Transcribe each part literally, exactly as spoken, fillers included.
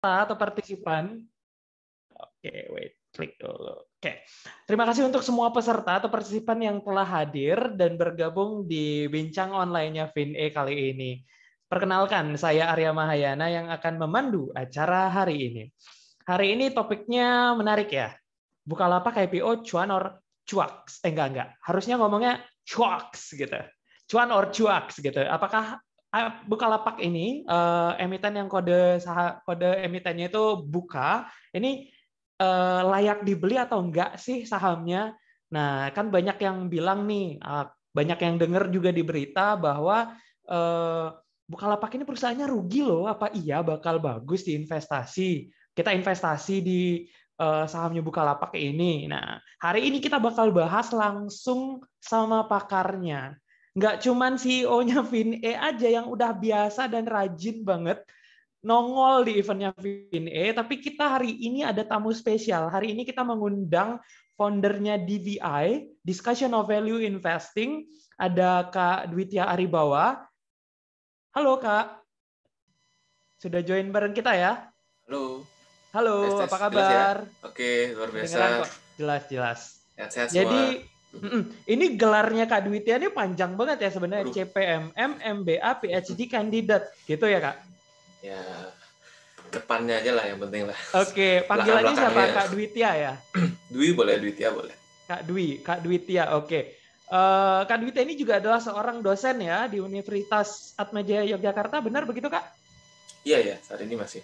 atau partisipan. Oke, wait, klik dulu. Oke, terima kasih untuk semua peserta atau partisipan yang telah hadir dan bergabung di bincang online-nya FinE kali ini. Perkenalkan, saya Arya Mahayana yang akan memandu acara hari ini. Hari ini topiknya menarik ya. Bukalapak I P O cuan or cuaks? Eh enggak enggak. Harusnya ngomongnya cuaks gitu. Cuan or cuaks gitu. Apakah Bukalapak ini uh, emiten yang kode kode emitennya itu buka ini uh, layak dibeli atau enggak sih sahamnya? Nah, kan banyak yang bilang nih, uh, banyak yang dengar juga di berita bahwa uh, Bukalapak ini perusahaannya rugi loh. Apa iya bakal bagus diinvestasi? Kita investasi di uh, sahamnya Bukalapak ini. Nah, hari ini kita bakal bahas langsung sama pakarnya. Nggak cuman C E O-nya FinE aja yang udah biasa dan rajin banget nongol di eventnya FinE, tapi kita hari ini ada tamu spesial. Hari ini kita mengundang foundernya D V I, Discussion of Value Investing, ada Kak Dwitya Aribawa. Halo Kak, sudah join bareng kita ya? Halo. Halo, tes, tes. apa Jelas ya? kabar? Oke, luar biasa. Kedengeran kok, jelas-jelas. Sehat-sehat semua. Jadi, ini gelarnya Kak Dwitya ini panjang banget ya sebenarnya. Waduh. C P M M, M B A, P H D kandidat. Gitu ya, Kak? Ya, depannya aja lah yang penting lah. Oke, panggilannya siapa? Kak Dwitya ya? Dwi boleh, Dwitya boleh. Kak Dwi, Kak Dwitya, oke. Uh, Kak Dwitya ini juga adalah seorang dosen ya di Universitas Atmajaya Yogyakarta, benar begitu Kak? Iya ya, saat ini masih.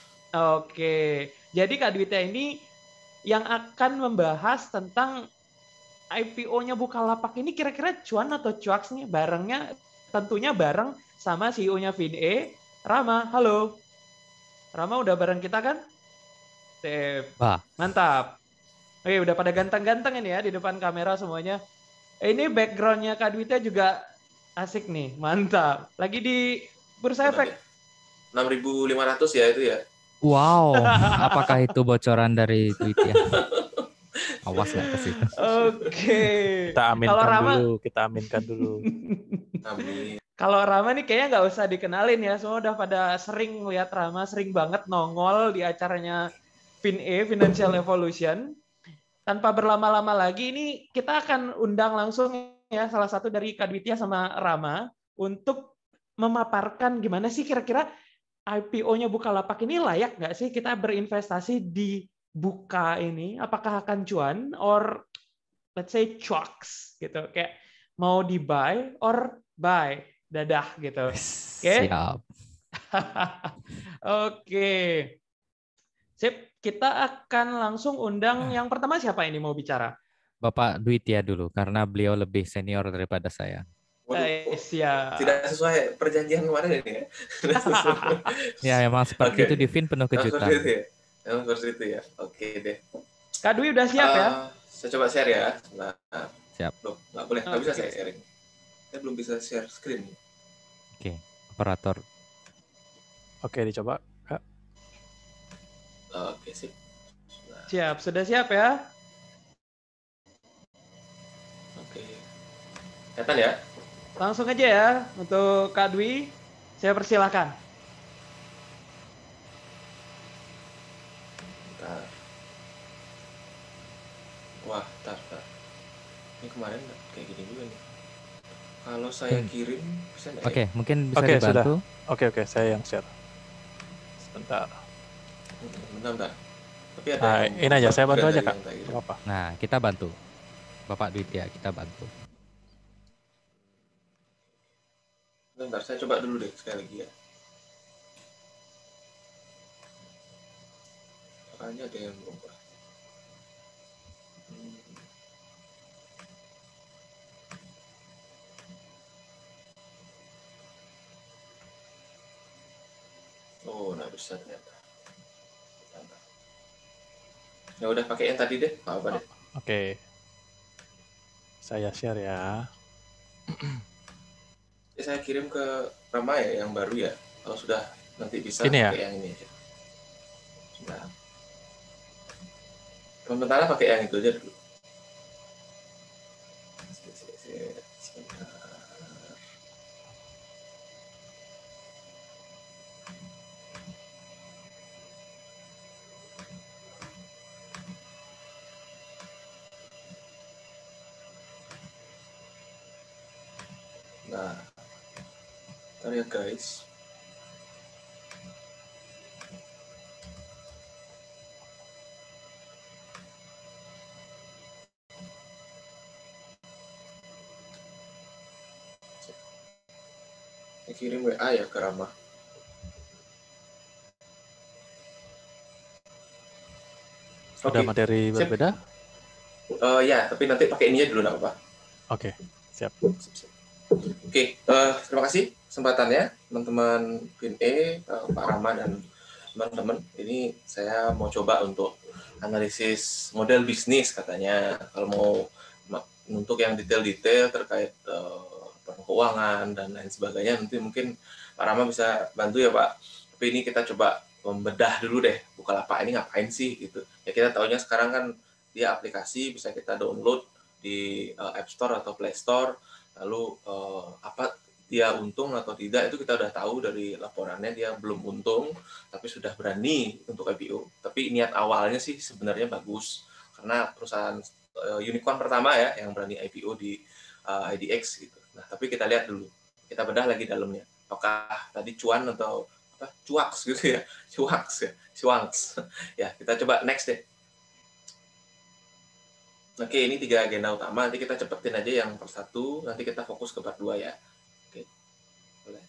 Oke, jadi Kak Dwitya ini yang akan membahas tentang I P O-nya Bukalapak ini kira-kira cuan atau cuaks nih barengnya, tentunya bareng sama C E O-nya FinE, Rama. Halo. Rama udah bareng kita kan? Sip. Wah. Mantap. Oke, udah pada ganteng-ganteng ini ya di depan kamera semuanya. Ini background-nya Kak Dwitya juga asik nih, mantap. Lagi di Bursa Efek. enam ribu lima ratus ya itu ya? Wow, apakah itu bocoran dari Dwitya? Awas nggak ke situ. Oke. Kita aminkan Kalau Rama, dulu, kita aminkan dulu. Amin. Kalau Rama nih kayaknya nggak usah dikenalin ya, semua udah pada sering lihat Rama, sering banget nongol di acaranya FinE, Financial Evolution. Tanpa berlama-lama lagi, ini kita akan undang langsung ya salah satu dari Kak Dwitya sama Rama untuk memaparkan gimana sih kira-kira I P O-nya Bukalapak ini layak nggak sih kita berinvestasi di Buka ini? Apakah akan cuan or let's say cuaks gitu, kayak mau di buy or buy, dadah gitu. Oke? Okay? Siap. Oke. Okay. Sip, kita akan langsung undang yang pertama siapa ini mau bicara? Bapak Dwitya dulu, karena beliau lebih senior daripada saya. Waduh, eh, siap. Tidak sesuai perjanjian kemarin ini ya? Ya, emang seperti okay. itu di Fin penuh kejutan. Seperti itu ya? Emang seperti itu ya? Oke deh. Kak Dwi udah siap uh, ya? Saya coba share ya. Nah, siap. Loh, nggak boleh, nggak okay. bisa saya sharing. Saya belum bisa share screen. Oke, okay. Operator. Oke, dicoba. Kak. Oke, sip. Nah. Siap, sudah siap ya? Oke. Kelihatan ya? Langsung aja ya untuk Kak Dwi. Saya persilahkan. Bentar. Wah, bentar, bentar. Ini kemarin kayak gini juga nih. Kalau saya kirim, bisa nggak? Oke, okay, ya? mungkin bisa okay, dibantu. Oke, oke, okay, okay, saya yang share. Sebentar. Bentar, bentar. Tapi ada nah, yang ini aja, saya bantu aja, Kak. Apa? Nah, kita bantu. Bapak Dwitya, kita bantu. Bentar, saya coba dulu deh sekali lagi ya. Makanya ada yang berubah. Hmm. Oh, nggak bisa ternyata. Ya udah pakai yang tadi deh, apa, -apa deh. Oke. Okay. Saya share ya. Ya, saya kirim ke Rama ya yang baru ya. Kalau sudah nanti bisa ini pakai ya? yang ini aja. Nah. Sementara pakai yang itu aja dulu. Bentar ya guys. Saya kirim W A ya ke Rama. Ada Oke, materi sip. berbeda? Eh, ya, tapi nanti pakai ininya dulu nggak apa-apa. Oke, siap. Sip, sip. Oke, eh, terima kasih kesempatannya teman-teman Bin E, eh, Pak Rama dan teman-teman. Ini saya mau coba untuk analisis model bisnis katanya. Kalau mau ma- untuk yang detail-detail terkait eh, keuangan dan lain sebagainya, nanti mungkin Pak Rama bisa bantu ya Pak. Tapi ini kita coba membedah dulu deh, Bukalapak ini ngapain sih gitu. Ya kita taunya sekarang kan dia aplikasi bisa kita download di uh, App Store atau Play Store. Lalu uh, apa dia untung atau tidak itu kita udah tahu dari laporannya, dia belum untung tapi sudah berani untuk I P O. Tapi niat awalnya sih sebenarnya bagus karena perusahaan uh, unicorn pertama ya yang berani I P O di uh, I D X gitu. Nah, tapi kita lihat dulu. Kita bedah lagi dalamnya. Apakah tadi cuan atau apa? Cuaks gitu ya. Cuaks ya. Cuaks. Ya, kita coba next deh. Oke, ini tiga agenda utama. Nanti kita cepetin aja yang per satu. Nanti kita fokus ke part dua ya. Oke, boleh.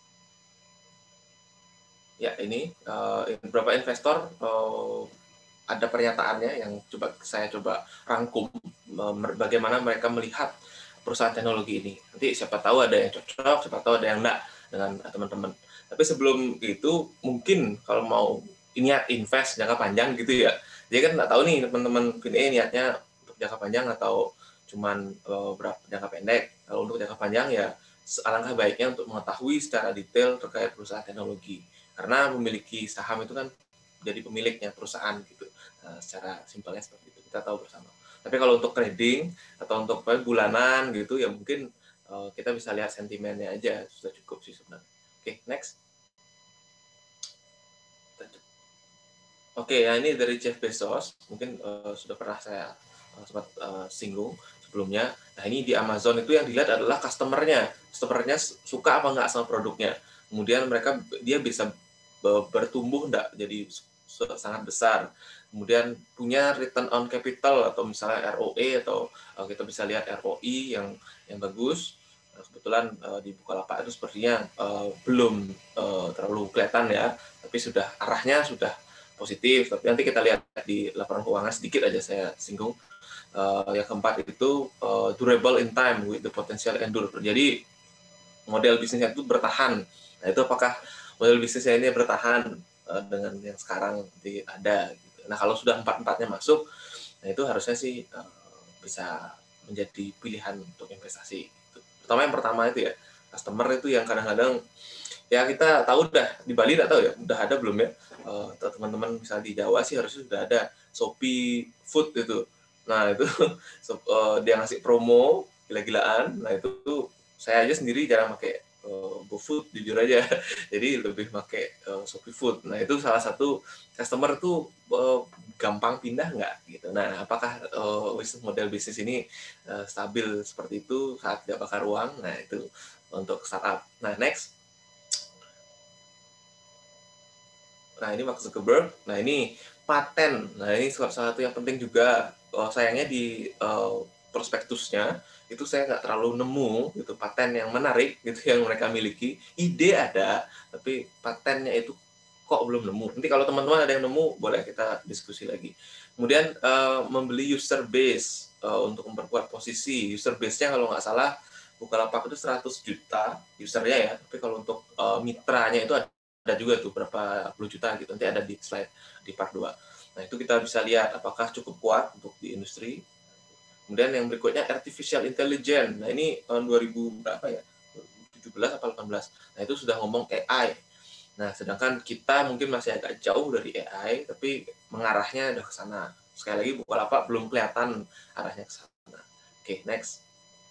Ya, ini uh, beberapa investor uh, ada pernyataannya yang coba saya coba rangkum uh, bagaimana mereka melihat perusahaan teknologi ini. Nanti siapa tahu ada yang cocok, siapa tahu ada yang enggak dengan teman-teman. Tapi sebelum itu mungkin kalau mau niat invest jangka panjang gitu ya. Dia kan nggak tahu nih teman-teman Bin E niatnya untuk jangka panjang atau cuman uh, berapa jangka pendek. Kalau untuk jangka panjang ya alangkah baiknya untuk mengetahui secara detail terkait perusahaan teknologi. Karena memiliki saham itu kan jadi pemiliknya perusahaan gitu. Nah, secara simpelnya seperti itu. Kita tahu bersama. Tapi kalau untuk trading atau untuk bulanan gitu ya mungkin uh, kita bisa lihat sentimennya aja sudah cukup sih sebenarnya. Oke, okay, next. Oke, okay, ya ini dari Jeff Bezos. Mungkin uh, sudah pernah saya uh, sempat uh, singgung sebelumnya. Nah, ini di Amazon itu yang dilihat adalah customer-nya. Customer-nya suka apa nggak sama produknya. Kemudian mereka dia bisa bertumbuh enggak jadi sangat besar. Kemudian punya return on capital atau misalnya R O E atau uh, kita bisa lihat R O I yang yang bagus. Nah, kebetulan uh, di Bukalapak itu sepertinya uh, belum uh, terlalu kelihatan ya, tapi sudah arahnya sudah positif. Tapi nanti kita lihat di laporan keuangan sedikit aja saya singgung. Uh, yang keempat itu uh, durable in time with the potential endure. Jadi model bisnisnya itu bertahan. Nah, itu apakah model bisnisnya ini bertahan uh, dengan yang sekarang nanti ada gitu. Nah, kalau sudah empat-empatnya masuk, nah itu harusnya sih uh, bisa menjadi pilihan untuk investasi gitu. Pertama yang pertama itu ya, customer itu yang kadang-kadang ya kita tahu dah di Bali nggak tahu ya, udah ada belum ya uh, teman-teman misalnya di Jawa sih harusnya sudah ada Shopee Food itu. Nah, itu uh, dia ngasih promo gila-gilaan. Nah, itu tuh saya aja sendiri jarang pakai uh, GoFood jujur aja. Jadi lebih pakai uh, Shopee Food. Nah, itu salah satu customer tuh uh, gampang pindah nggak gitu. Nah, apakah uh, model bisnis ini uh, stabil seperti itu saat tidak bakar uang? Nah, itu untuk startup. Nah, next. Nah, ini Mark Zuckerberg. Nah, ini paten. Nah, ini salah satu yang penting juga. Oh, sayangnya di uh, prospektusnya itu saya nggak terlalu nemu gitu paten yang menarik gitu yang mereka miliki. Ide ada, tapi patennya itu kok belum nemu. Nanti kalau teman-teman ada yang nemu, boleh kita diskusi lagi. Kemudian uh, membeli user base uh, untuk memperkuat posisi. User base-nya kalau nggak salah Bukalapak itu seratus juta usernya ya. Tapi kalau untuk uh, mitranya itu ada ada juga tuh berapa puluh juta gitu, nanti ada di slide di part dua. Nah, itu kita bisa lihat apakah cukup kuat untuk di industri. Kemudian yang berikutnya artificial intelligence. Nah, ini tahun dua ribu berapa ya? dua ribu tujuh belas atau delapan belas. Nah, itu sudah ngomong A I. Nah, sedangkan kita mungkin masih agak jauh dari A I, tapi mengarahnya udah ke sana. Sekali lagi Bukalapak belum kelihatan arahnya ke sana. Oke, next.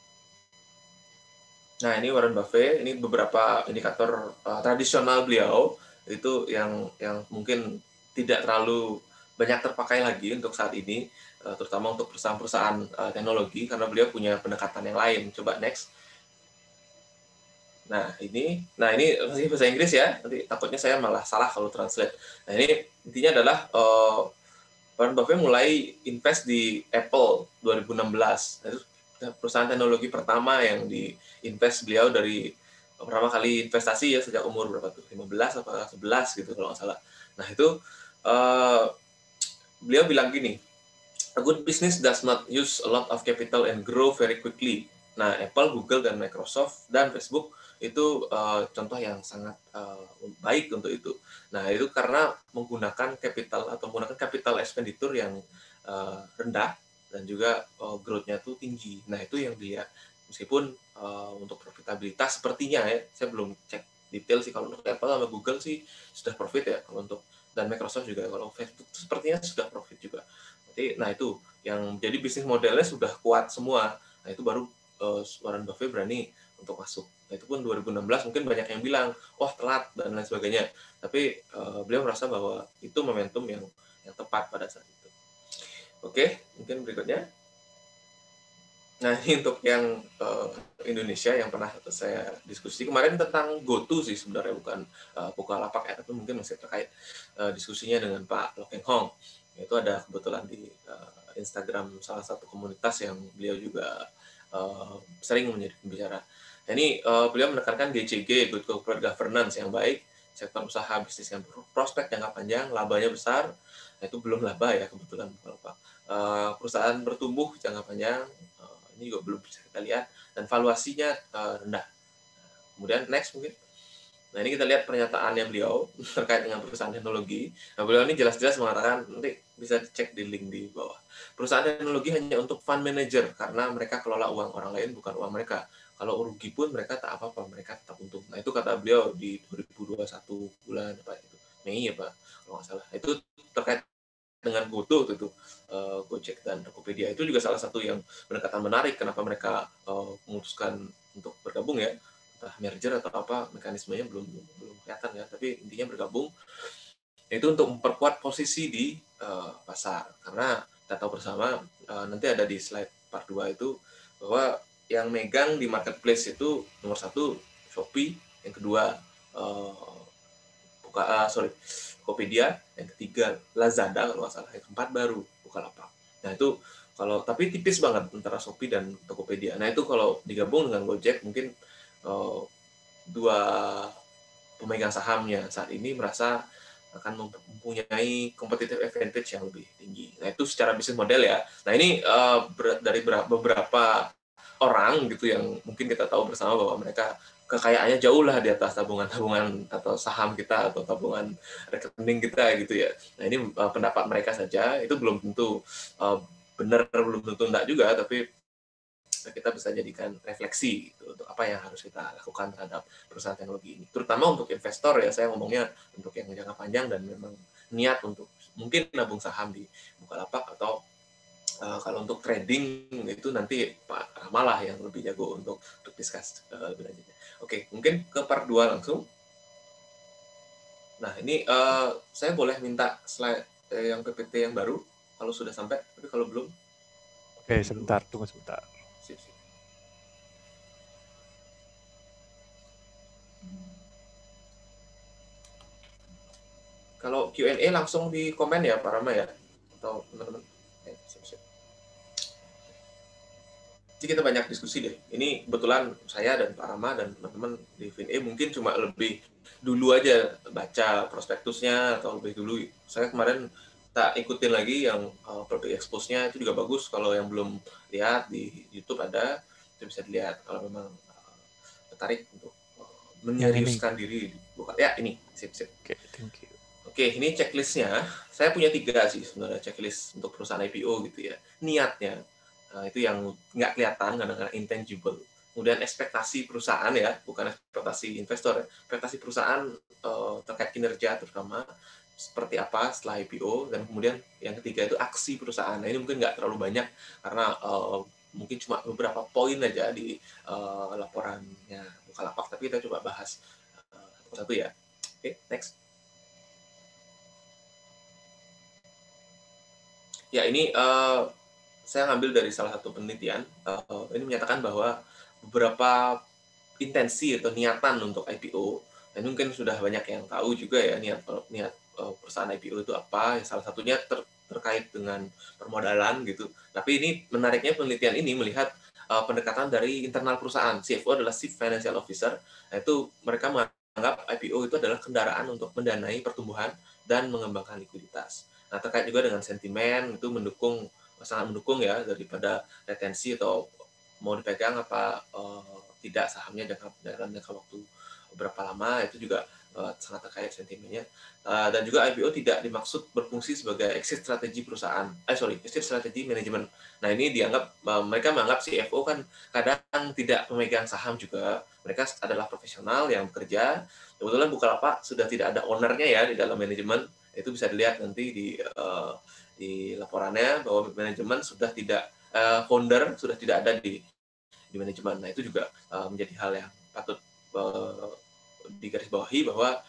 Nah, ini Warren Buffett, ini beberapa indikator uh, tradisional beliau itu yang yang mungkin tidak terlalu banyak terpakai lagi untuk saat ini, uh, terutama untuk perusahaan-perusahaan uh, teknologi karena beliau punya pendekatan yang lain. Coba next. Nah ini, nah ini masih bahasa Inggris ya. Nanti takutnya saya malah salah kalau translate. Nah ini intinya adalah uh, Warren Buffett mulai invest di Apple dua ribu enam belas. Itu perusahaan teknologi pertama yang diinvest beliau dari pertama kali investasi ya sejak umur berapa tuh? lima belas atau sebelas gitu kalau nggak salah. Nah itu uh, beliau bilang gini, a good business does not use a lot of capital and grow very quickly. Nah, Apple, Google, dan Microsoft, dan Facebook itu uh, contoh yang sangat uh, baik untuk itu. Nah, itu karena menggunakan capital atau menggunakan capital expenditure yang uh, rendah dan juga uh, growth-nya itu tinggi. Nah, itu yang dia, meskipun uh, untuk profitabilitas sepertinya ya, saya belum cek detail sih, kalau untuk Apple sama Google sih sudah profit ya, kalau untuk dan Microsoft juga, kalau Facebook sepertinya sudah profit juga. Jadi, nah itu yang jadi bisnis modelnya sudah kuat semua. Nah itu baru uh, Warren Buffett berani untuk masuk. Nah itu pun dua ribu enam belas mungkin banyak yang bilang, wah telat dan lain sebagainya. Tapi uh, beliau merasa bahwa itu momentum yang yang tepat pada saat itu. Oke, mungkin berikutnya. Nah ini untuk yang uh, Indonesia yang pernah saya diskusi kemarin tentang GoTo sih sebenarnya, bukan uh, Bukalapak ya, tapi mungkin masih terkait uh, diskusinya dengan Pak Loh Keng Hong. Itu ada kebetulan di uh, Instagram salah satu komunitas yang beliau juga uh, sering menjadi pembicara. Nah, ini uh, beliau menekankan G C G, Good Corporate Governance yang baik, sektor usaha bisnis yang prospek jangka panjang, labanya besar. Nah itu belum laba ya kebetulan Bukalapak. Uh, perusahaan bertumbuh jangka panjang, uh, ini juga belum bisa kita lihat, dan valuasinya uh, rendah. Kemudian next mungkin. Nah ini kita lihat pernyataannya beliau terkait dengan perusahaan teknologi. Nah beliau ini jelas-jelas mengatakan, nanti bisa dicek di link di bawah. Perusahaan teknologi hanya untuk fund manager karena mereka kelola uang orang lain, bukan uang mereka. Kalau rugi pun mereka tak apa-apa, mereka tetap untung. Nah itu kata beliau di dua ribu dua puluh satu bulan apa itu Mei ya Pak, kalau nggak salah. Itu terkait dengan GoTo itu uh, Gojek dan Tokopedia. Itu juga salah satu yang pendekatan menarik kenapa mereka uh, memutuskan untuk bergabung ya, entah merger atau apa, mekanismenya belum belum kelihatan ya, tapi intinya bergabung itu untuk memperkuat posisi di uh, pasar. Karena kita tahu bersama, uh, nanti ada di slide part dua itu bahwa yang megang di marketplace itu nomor satu Shopee, yang kedua uh, buka uh, sorry Tokopedia, yang ketiga Lazada kalau nggak salah, yang keempat baru Bukalapak. Nah itu kalau tapi tipis banget antara Shopee dan Tokopedia. Nah itu kalau digabung dengan Gojek mungkin uh, dua pemegang sahamnya saat ini merasa akan mempunyai competitive advantage yang lebih tinggi. Nah itu secara bisnis model ya. Nah ini uh, ber, dari beberapa orang gitu yang mungkin kita tahu bersama bahwa mereka kekayaannya jauh lah di atas tabungan-tabungan atau saham kita atau tabungan rekening kita gitu ya. Nah ini uh, pendapat mereka saja, itu belum tentu uh, benar, belum tentu enggak juga, tapi kita bisa jadikan refleksi gitu, untuk apa yang harus kita lakukan terhadap perusahaan teknologi ini. Terutama untuk investor ya, saya ngomongnya untuk yang jangka panjang dan memang niat untuk mungkin nabung saham di Bukalapak, atau Uh, kalau untuk trading itu nanti Pak Ramalah yang lebih jago untuk untuk discuss uh, lebih lanjutnya. Oke, mungkin ke part dua langsung. Nah, ini uh, saya boleh minta slide eh, yang P P T yang baru kalau sudah sampai, tapi kalau belum. Oke, sebentar, tunggu sebentar. Sip, sip. Kalau Q and A langsung di komen ya Pak Rama ya, atau teman-teman. Eh, sip, sip. Jadi kita banyak diskusi deh. Ini kebetulan saya dan Pak Rama dan teman-teman di Fin E mungkin cuma lebih dulu aja baca prospektusnya atau lebih dulu. Saya kemarin tak ikutin lagi yang uh, public expose-nya, itu juga bagus. Kalau yang belum lihat di YouTube ada, itu bisa dilihat kalau memang uh, tertarik untuk uh, menyeriuskan diri. Bukan ya ini, sip-sip. Oke, thank you. Oke, ini checklistnya. Saya punya tiga sih sebenarnya checklist untuk perusahaan I P O gitu ya. Niatnya. Nah, itu yang nggak kelihatan, kadang-kadang intangible. Kemudian ekspektasi perusahaan ya, bukan ekspektasi investor ya. Ekspektasi perusahaan uh, terkait kinerja terutama seperti apa setelah I P O, dan kemudian yang ketiga itu aksi perusahaan. Nah ini mungkin nggak terlalu banyak karena uh, mungkin cuma beberapa poin aja di uh, laporannya Bukalapak, tapi kita coba bahas uh, satu-satu ya. Oke, next. Ya ini uh, saya ngambil dari salah satu penelitian, uh, ini menyatakan bahwa beberapa intensi atau niatan untuk I P O. Dan mungkin sudah banyak yang tahu juga ya niat niat perusahaan I P O itu apa. Salah satunya ter, terkait dengan permodalan gitu. Tapi ini menariknya penelitian ini melihat uh, pendekatan dari internal perusahaan. C F O adalah Chief Financial Officer. Nah, itu mereka menganggap I P O itu adalah kendaraan untuk mendanai pertumbuhan dan mengembangkan likuiditas. Nah, terkait juga dengan sentimen itu mendukung sangat mendukung ya daripada retensi atau mau dipegang apa uh, tidak sahamnya dalam jangka waktu berapa lama, itu juga uh, sangat terkait sentimennya. Uh, dan juga I P O tidak dimaksud berfungsi sebagai exit strategi perusahaan. Eh sorry, exit strategi manajemen. Nah, ini dianggap uh, mereka menganggap C F O kan kadang tidak memegang saham juga. Mereka adalah profesional yang bekerja. Kebetulan Bukalapak sudah tidak ada ownernya ya di dalam manajemen. Itu bisa dilihat nanti di uh, di laporannya bahwa manajemen sudah tidak uh, founder sudah tidak ada di di manajemen. Nah, itu juga uh, menjadi hal yang patut uh, digarisbawahi bahwa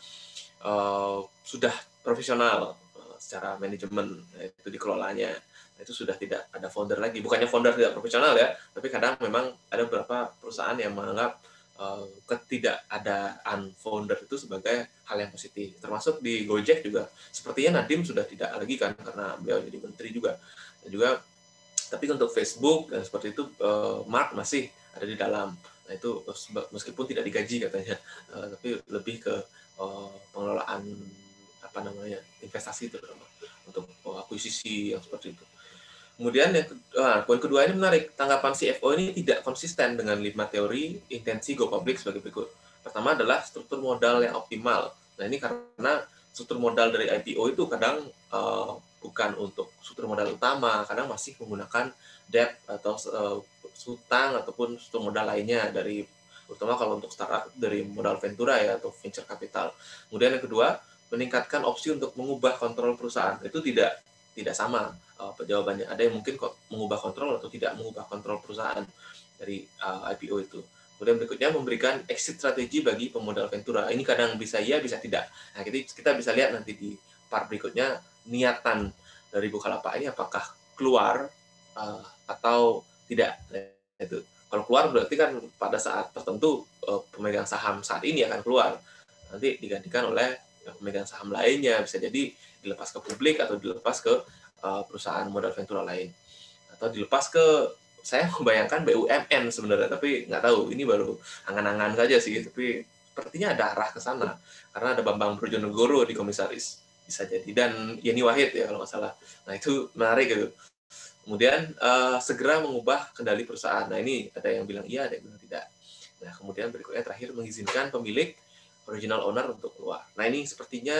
uh, sudah profesional uh, secara manajemen, itu dikelolanya. Nah, itu sudah tidak ada founder lagi. Bukannya founder tidak profesional ya, tapi kadang memang ada beberapa perusahaan yang menganggap uh, ketidakadaan founder itu sebagai hal yang positif. Termasuk di Gojek juga, sepertinya Nadiem sudah tidak lagi kan, karena beliau jadi menteri juga. Dan juga tapi untuk Facebook dan seperti itu Mark masih ada di dalam. Nah, itu meskipun tidak digaji katanya, tapi lebih ke pengelolaan apa namanya investasi terutama untuk akuisisi yang seperti itu. Kemudian yang nah, poin kedua ini menarik, tanggapan C F O ini tidak konsisten dengan lima teori intensi go public sebagai berikut. Pertama adalah struktur modal yang optimal. Nah, ini karena struktur modal dari I P O itu kadang uh, bukan untuk struktur modal utama, kadang masih menggunakan debt atau uh, hutang ataupun struktur modal lainnya dari, terutama kalau untuk startup dari modal ventura ya atau venture capital. Kemudian yang kedua, meningkatkan opsi untuk mengubah kontrol perusahaan. Itu tidak tidak sama uh, jawabannya. Ada yang mungkin kok mengubah kontrol atau tidak mengubah kontrol perusahaan dari uh, I P O itu. Kemudian berikutnya memberikan exit strategi bagi pemodal ventura. Ini kadang bisa iya, bisa tidak. Nah, kita, kita bisa lihat nanti di part berikutnya niatan dari Bukalapak ini apakah keluar uh, atau tidak. Nah, itu. Kalau keluar berarti kan pada saat tertentu uh, pemegang saham saat ini akan keluar. Nanti digantikan oleh pemegang saham lainnya, bisa jadi dilepas ke publik atau dilepas ke uh, perusahaan modal ventura lain. Atau dilepas ke, saya membayangkan B U M N sebenarnya, tapi nggak tahu, ini baru angan-angan saja sih, tapi sepertinya ada arah ke sana, karena ada Bambang Brojonegoro di komisaris, bisa jadi, dan Yeni Wahid ya kalau nggak salah. Nah, itu menarik gitu. Kemudian uh, segera mengubah kendali perusahaan. Nah, ini ada yang bilang iya, ada yang bilang tidak. Nah, kemudian berikutnya terakhir mengizinkan pemilik original owner untuk keluar. Nah, ini sepertinya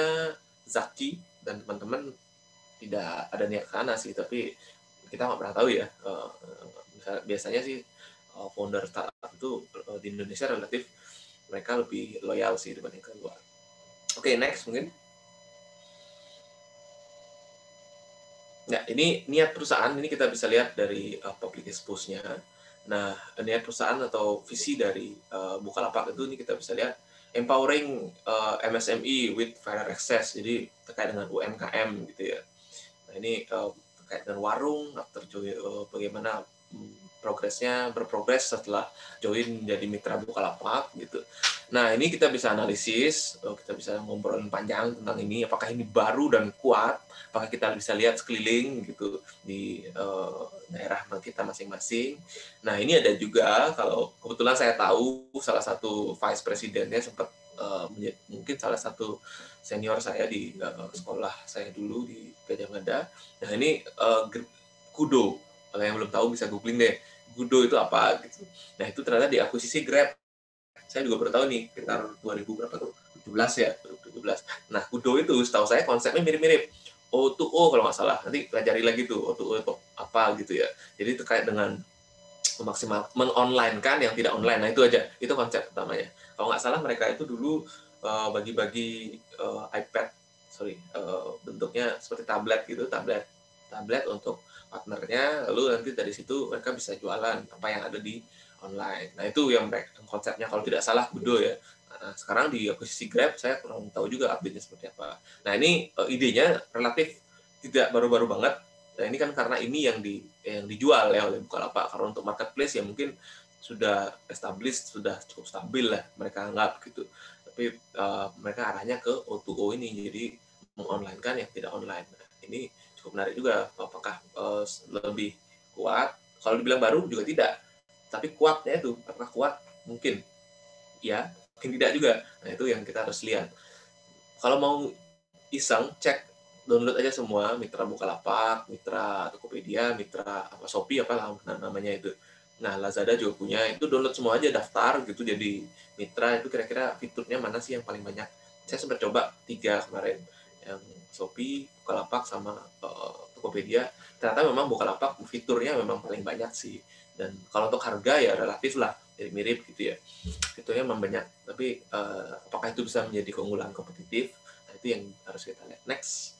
Zaki dan teman-teman tidak ada niat ke sana sih, tapi kita nggak pernah tahu ya. Uh, biasanya sih uh, founder startup itu uh, di Indonesia relatif mereka lebih loyal sih dibandingkan luar. Oke, okay, next mungkin. Nah, ini niat perusahaan, ini kita bisa lihat dari uh, public expose-nya. Nah, niat perusahaan atau visi dari uh, Bukalapak itu ini kita bisa lihat empowering uh, M S M E with fairer access, jadi terkait dengan U M K M gitu ya. Nah, ini uh, terkait dengan warung, after join, uh, bagaimana um, progresnya, berprogres setelah join jadi mitra Bukalapak gitu. Nah, ini kita bisa analisis, uh, kita bisa ngobrolin panjang tentang ini, apakah ini baru dan kuat, apakah kita bisa lihat sekeliling gitu di uh, daerah kita masing-masing. Nah, ini ada juga, kalau kebetulan saya tahu salah satu vice presidennya sempat uh, mungkin salah satu senior saya di uh, sekolah saya dulu di Gajah Mada. Nah, ini uh, Kudo, kalau yang belum tahu bisa googling deh, Kudo itu apa gitu. Nah, itu ternyata diakuisisi Grab. Saya juga baru tahu nih, sekitar dua ribu berapa tuh? tujuh belas ya, dua ribu tujuh belas. Nah, Kudo itu setahu saya konsepnya mirip-mirip. O to O kalau nggak salah, nanti pelajari lagi tuh O to O itu apa gitu ya. Jadi terkait dengan memaksimal mengonline-kan yang tidak online. Nah, itu aja, itu konsep utamanya. Kalau nggak salah mereka itu dulu uh, bagi-bagi uh, iPad, sorry, uh, bentuknya seperti tablet gitu, tablet, tablet untuk partnernya. Lalu nanti dari situ mereka bisa jualan apa yang ada di online. Nah, itu yang mereka konsepnya kalau tidak salah Kudo ya. Nah, sekarang di akuisisi Grab saya kurang tahu juga update-nya seperti apa. Nah, ini uh, idenya relatif tidak baru-baru banget. Nah, ini kan karena ini yang di yang dijual ya oleh Bukalapak. Karena untuk marketplace ya mungkin sudah established, sudah cukup stabil lah mereka anggap gitu. Tapi uh, mereka arahnya ke O to O ini, jadi mengonlinekan yang tidak online. Nah, ini cukup menarik juga. Apakah uh, lebih kuat? Kalau dibilang baru juga tidak. Tapi kuatnya itu, apakah kuat? Mungkin. Ya, mungkin tidak juga. Nah, itu yang kita harus lihat. Kalau mau iseng, cek, download aja semua, Mitra Bukalapak, Mitra Tokopedia, Mitra apa Shopee, apa namanya itu. Nah, Lazada juga punya, itu download semua aja, daftar gitu, jadi Mitra itu kira-kira fiturnya mana sih yang paling banyak. Saya sempat coba tiga kemarin, yang Shopee, Bukalapak, sama uh, Tokopedia. Ternyata memang Bukalapak fiturnya memang paling banyak sih. Dan kalau untuk harga ya relatif lah, mirip-mirip gitu ya. Fiturnya memang banyak, tapi uh, apakah itu bisa menjadi keunggulan kompetitif? Nah, itu yang harus kita lihat. Next.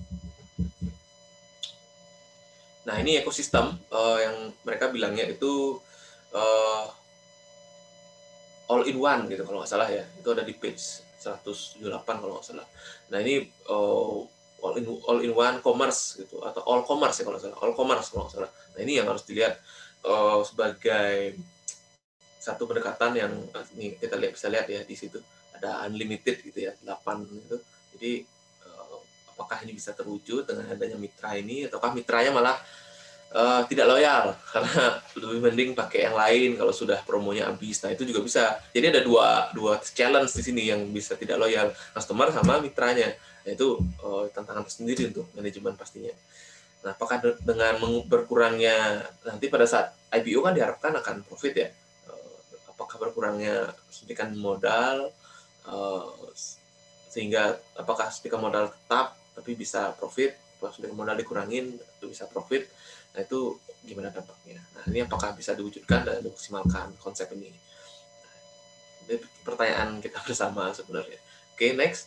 Nah, ini ekosistem uh, yang mereka bilangnya itu uh, all in one gitu kalau nggak salah ya. Itu ada di page seratus tujuh puluh delapan kalau nggak salah. Nah, ini uh, all in all in one commerce gitu, atau all commerce ya kalau nggak salah. All commerce kalau nggak salah. Nah, ini yang harus dilihat uh, sebagai satu pendekatan yang ini kita lihat, bisa lihat ya di situ ada unlimited gitu ya, delapan gitu. Jadi uh, apakah ini bisa terwujud dengan adanya mitra ini, ataukah mitranya malah uh, tidak loyal karena lebih mending pakai yang lain kalau sudah promonya habis. Nah, itu juga bisa. Jadi ada dua dua challenge di sini yang bisa tidak loyal, customer sama mitranya. Nah, itu uh, tantangan tersendiri untuk manajemen pastinya. Nah, apakah dengan berkurangnya nanti pada saat I P O kan diharapkan akan profit ya. Apakah berkurangnya suntikan modal uh, sehingga apakah suntikan modal tetap tapi bisa profit, apakah suntikan modal dikurangin itu bisa profit. Nah, itu gimana dampaknya? Nah, ini apakah bisa diwujudkan dan dimaksimalkan konsep ini? Nah, ini pertanyaan kita bersama sebenarnya. Oke, okay, next.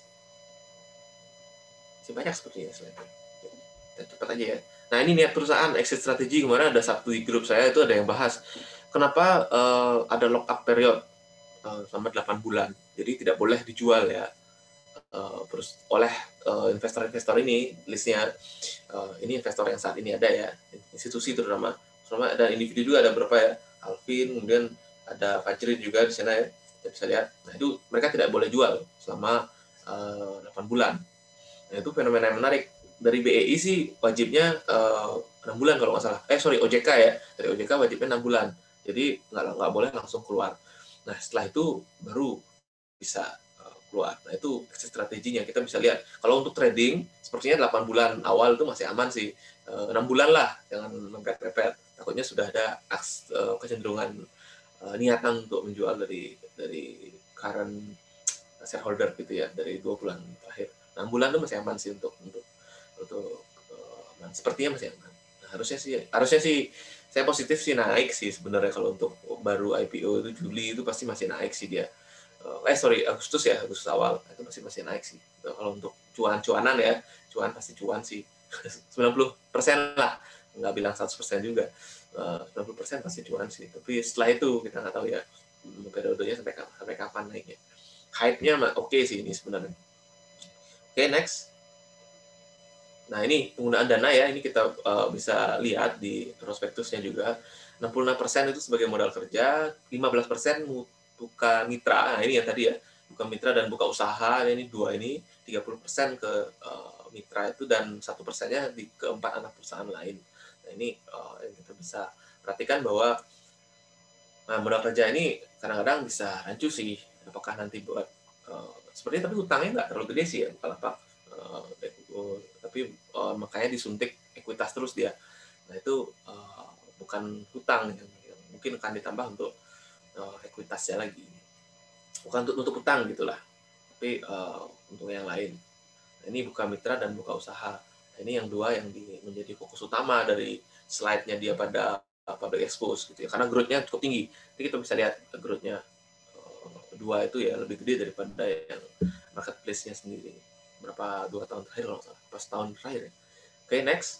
Masih banyak sepertinya selain kita cepat aja ya. Nah, ini niat perusahaan, exit strategi. Kemarin ada satu di grup saya itu ada yang bahas kenapa uh, ada lock up period uh, selama delapan bulan. Jadi tidak boleh dijual ya. Uh, terus oleh uh, investor-investor ini, listnya uh, ini investor yang saat ini ada ya, institusi terutama. Terutama ada individu juga, ada berapa ya? Alvin, kemudian ada Fajrin juga di sana ya. Kita bisa lihat. Nah, itu mereka tidak boleh jual selama uh, delapan bulan. Nah, itu fenomena yang menarik. Dari B E I sih wajibnya uh, enam bulan kalau nggak salah. Eh, sorry, O J K ya. Dari O J K wajibnya enam bulan. Jadi nggak nggak boleh langsung keluar. Nah, setelah itu baru bisa uh, keluar. Nah, itu strateginya kita bisa lihat. Kalau untuk trading sepertinya delapan bulan awal itu masih aman sih. Uh, enam bulan lah, jangan mepet-mepet. Takutnya sudah ada aks, uh, kecenderungan uh, niatan untuk menjual dari dari current shareholder gitu ya, dari dua bulan terakhir. enam bulan itu masih aman sih untuk untuk untuk uh, sepertinya masih aman. Nah, harusnya sih harusnya sih saya positif sih naik sih sebenarnya. Kalau untuk baru I P O itu Juli itu pasti masih naik sih dia. Eh sorry Agustus ya, Agustus awal itu masih masih naik sih. Kalau untuk cuan-cuanan ya, cuan pasti cuan sih. sembilan puluh persen lah, nggak bilang seratus persen juga. sembilan puluh persen pasti cuan sih. Tapi setelah itu kita nggak tahu ya periodenya sampai kapan, sampai kapan naiknya. Hype-nya oke okay sih ini sebenarnya. Oke, okay, next. Nah, ini penggunaan dana ya, ini kita uh, bisa lihat di prospektusnya juga. enam puluh enam persen itu sebagai modal kerja, lima belas persen buka mitra. Nah, ini yang tadi ya, buka mitra dan buka usaha. Ini dua ini, tiga puluh persen ke uh, mitra itu dan satu persennya di keempat anak perusahaan lain. Nah, ini uh, yang kita bisa perhatikan bahwa nah, modal kerja ini kadang-kadang bisa rancu sih. Apakah nanti buat uh, sepertinya, tapi hutangnya nggak terlalu gede sih ya, Bukalapak. Uh, tapi uh, makanya disuntik ekuitas terus dia. Nah, itu uh, bukan hutang yang, yang mungkin akan ditambah untuk uh, ekuitasnya lagi, bukan untuk nutup hutang gitulah, tapi uh, untuk yang lain. Nah, ini buka mitra dan buka usaha. Nah, ini yang dua yang di, menjadi fokus utama dari slide-nya dia pada uh, public expose gitu ya, karena growth-nya cukup tinggi. Jadi kita bisa lihat growth-nya uh, dua itu ya lebih gede daripada yang marketplace-nya sendiri. Berapa dua tahun terakhir kalau salah, pas tahun terakhir ya. Oke, okay, next.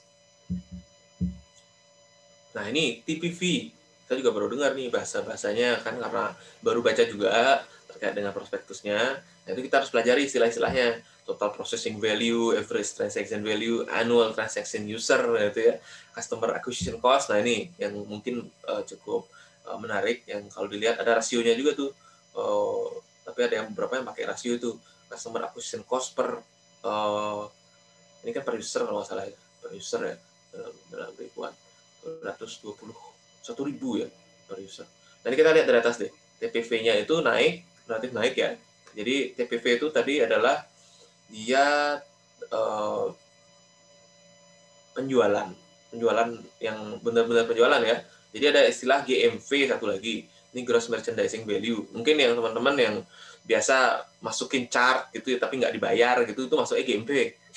Nah, ini T P V. Saya juga baru dengar nih bahasa-bahasanya kan, karena baru baca juga terkait dengan prospektusnya. Nah, itu kita harus pelajari istilah-istilahnya. Total processing value, average transaction value, annual transaction user gitu ya, customer acquisition cost. Nah, ini yang mungkin uh, cukup uh, menarik yang kalau dilihat ada rasionya juga tuh. Uh, tapi ada yang beberapa yang pakai rasio itu customer acquisition cost per uh, ini kan per user kalau nggak salah ya, per user ya dalam, dalam ribuan dua ratus dua puluh satu ribu ya per user. Nanti kita lihat dari atas deh, T P V-nya itu naik, relatif naik ya. Jadi T P V itu tadi adalah dia uh, penjualan, penjualan yang benar-benar penjualan ya. Jadi ada istilah G M V satu lagi, ini gross merchandising value. Mungkin yang teman-teman yang biasa masukin chart gitu ya, tapi nggak dibayar gitu, itu masuknya G M V.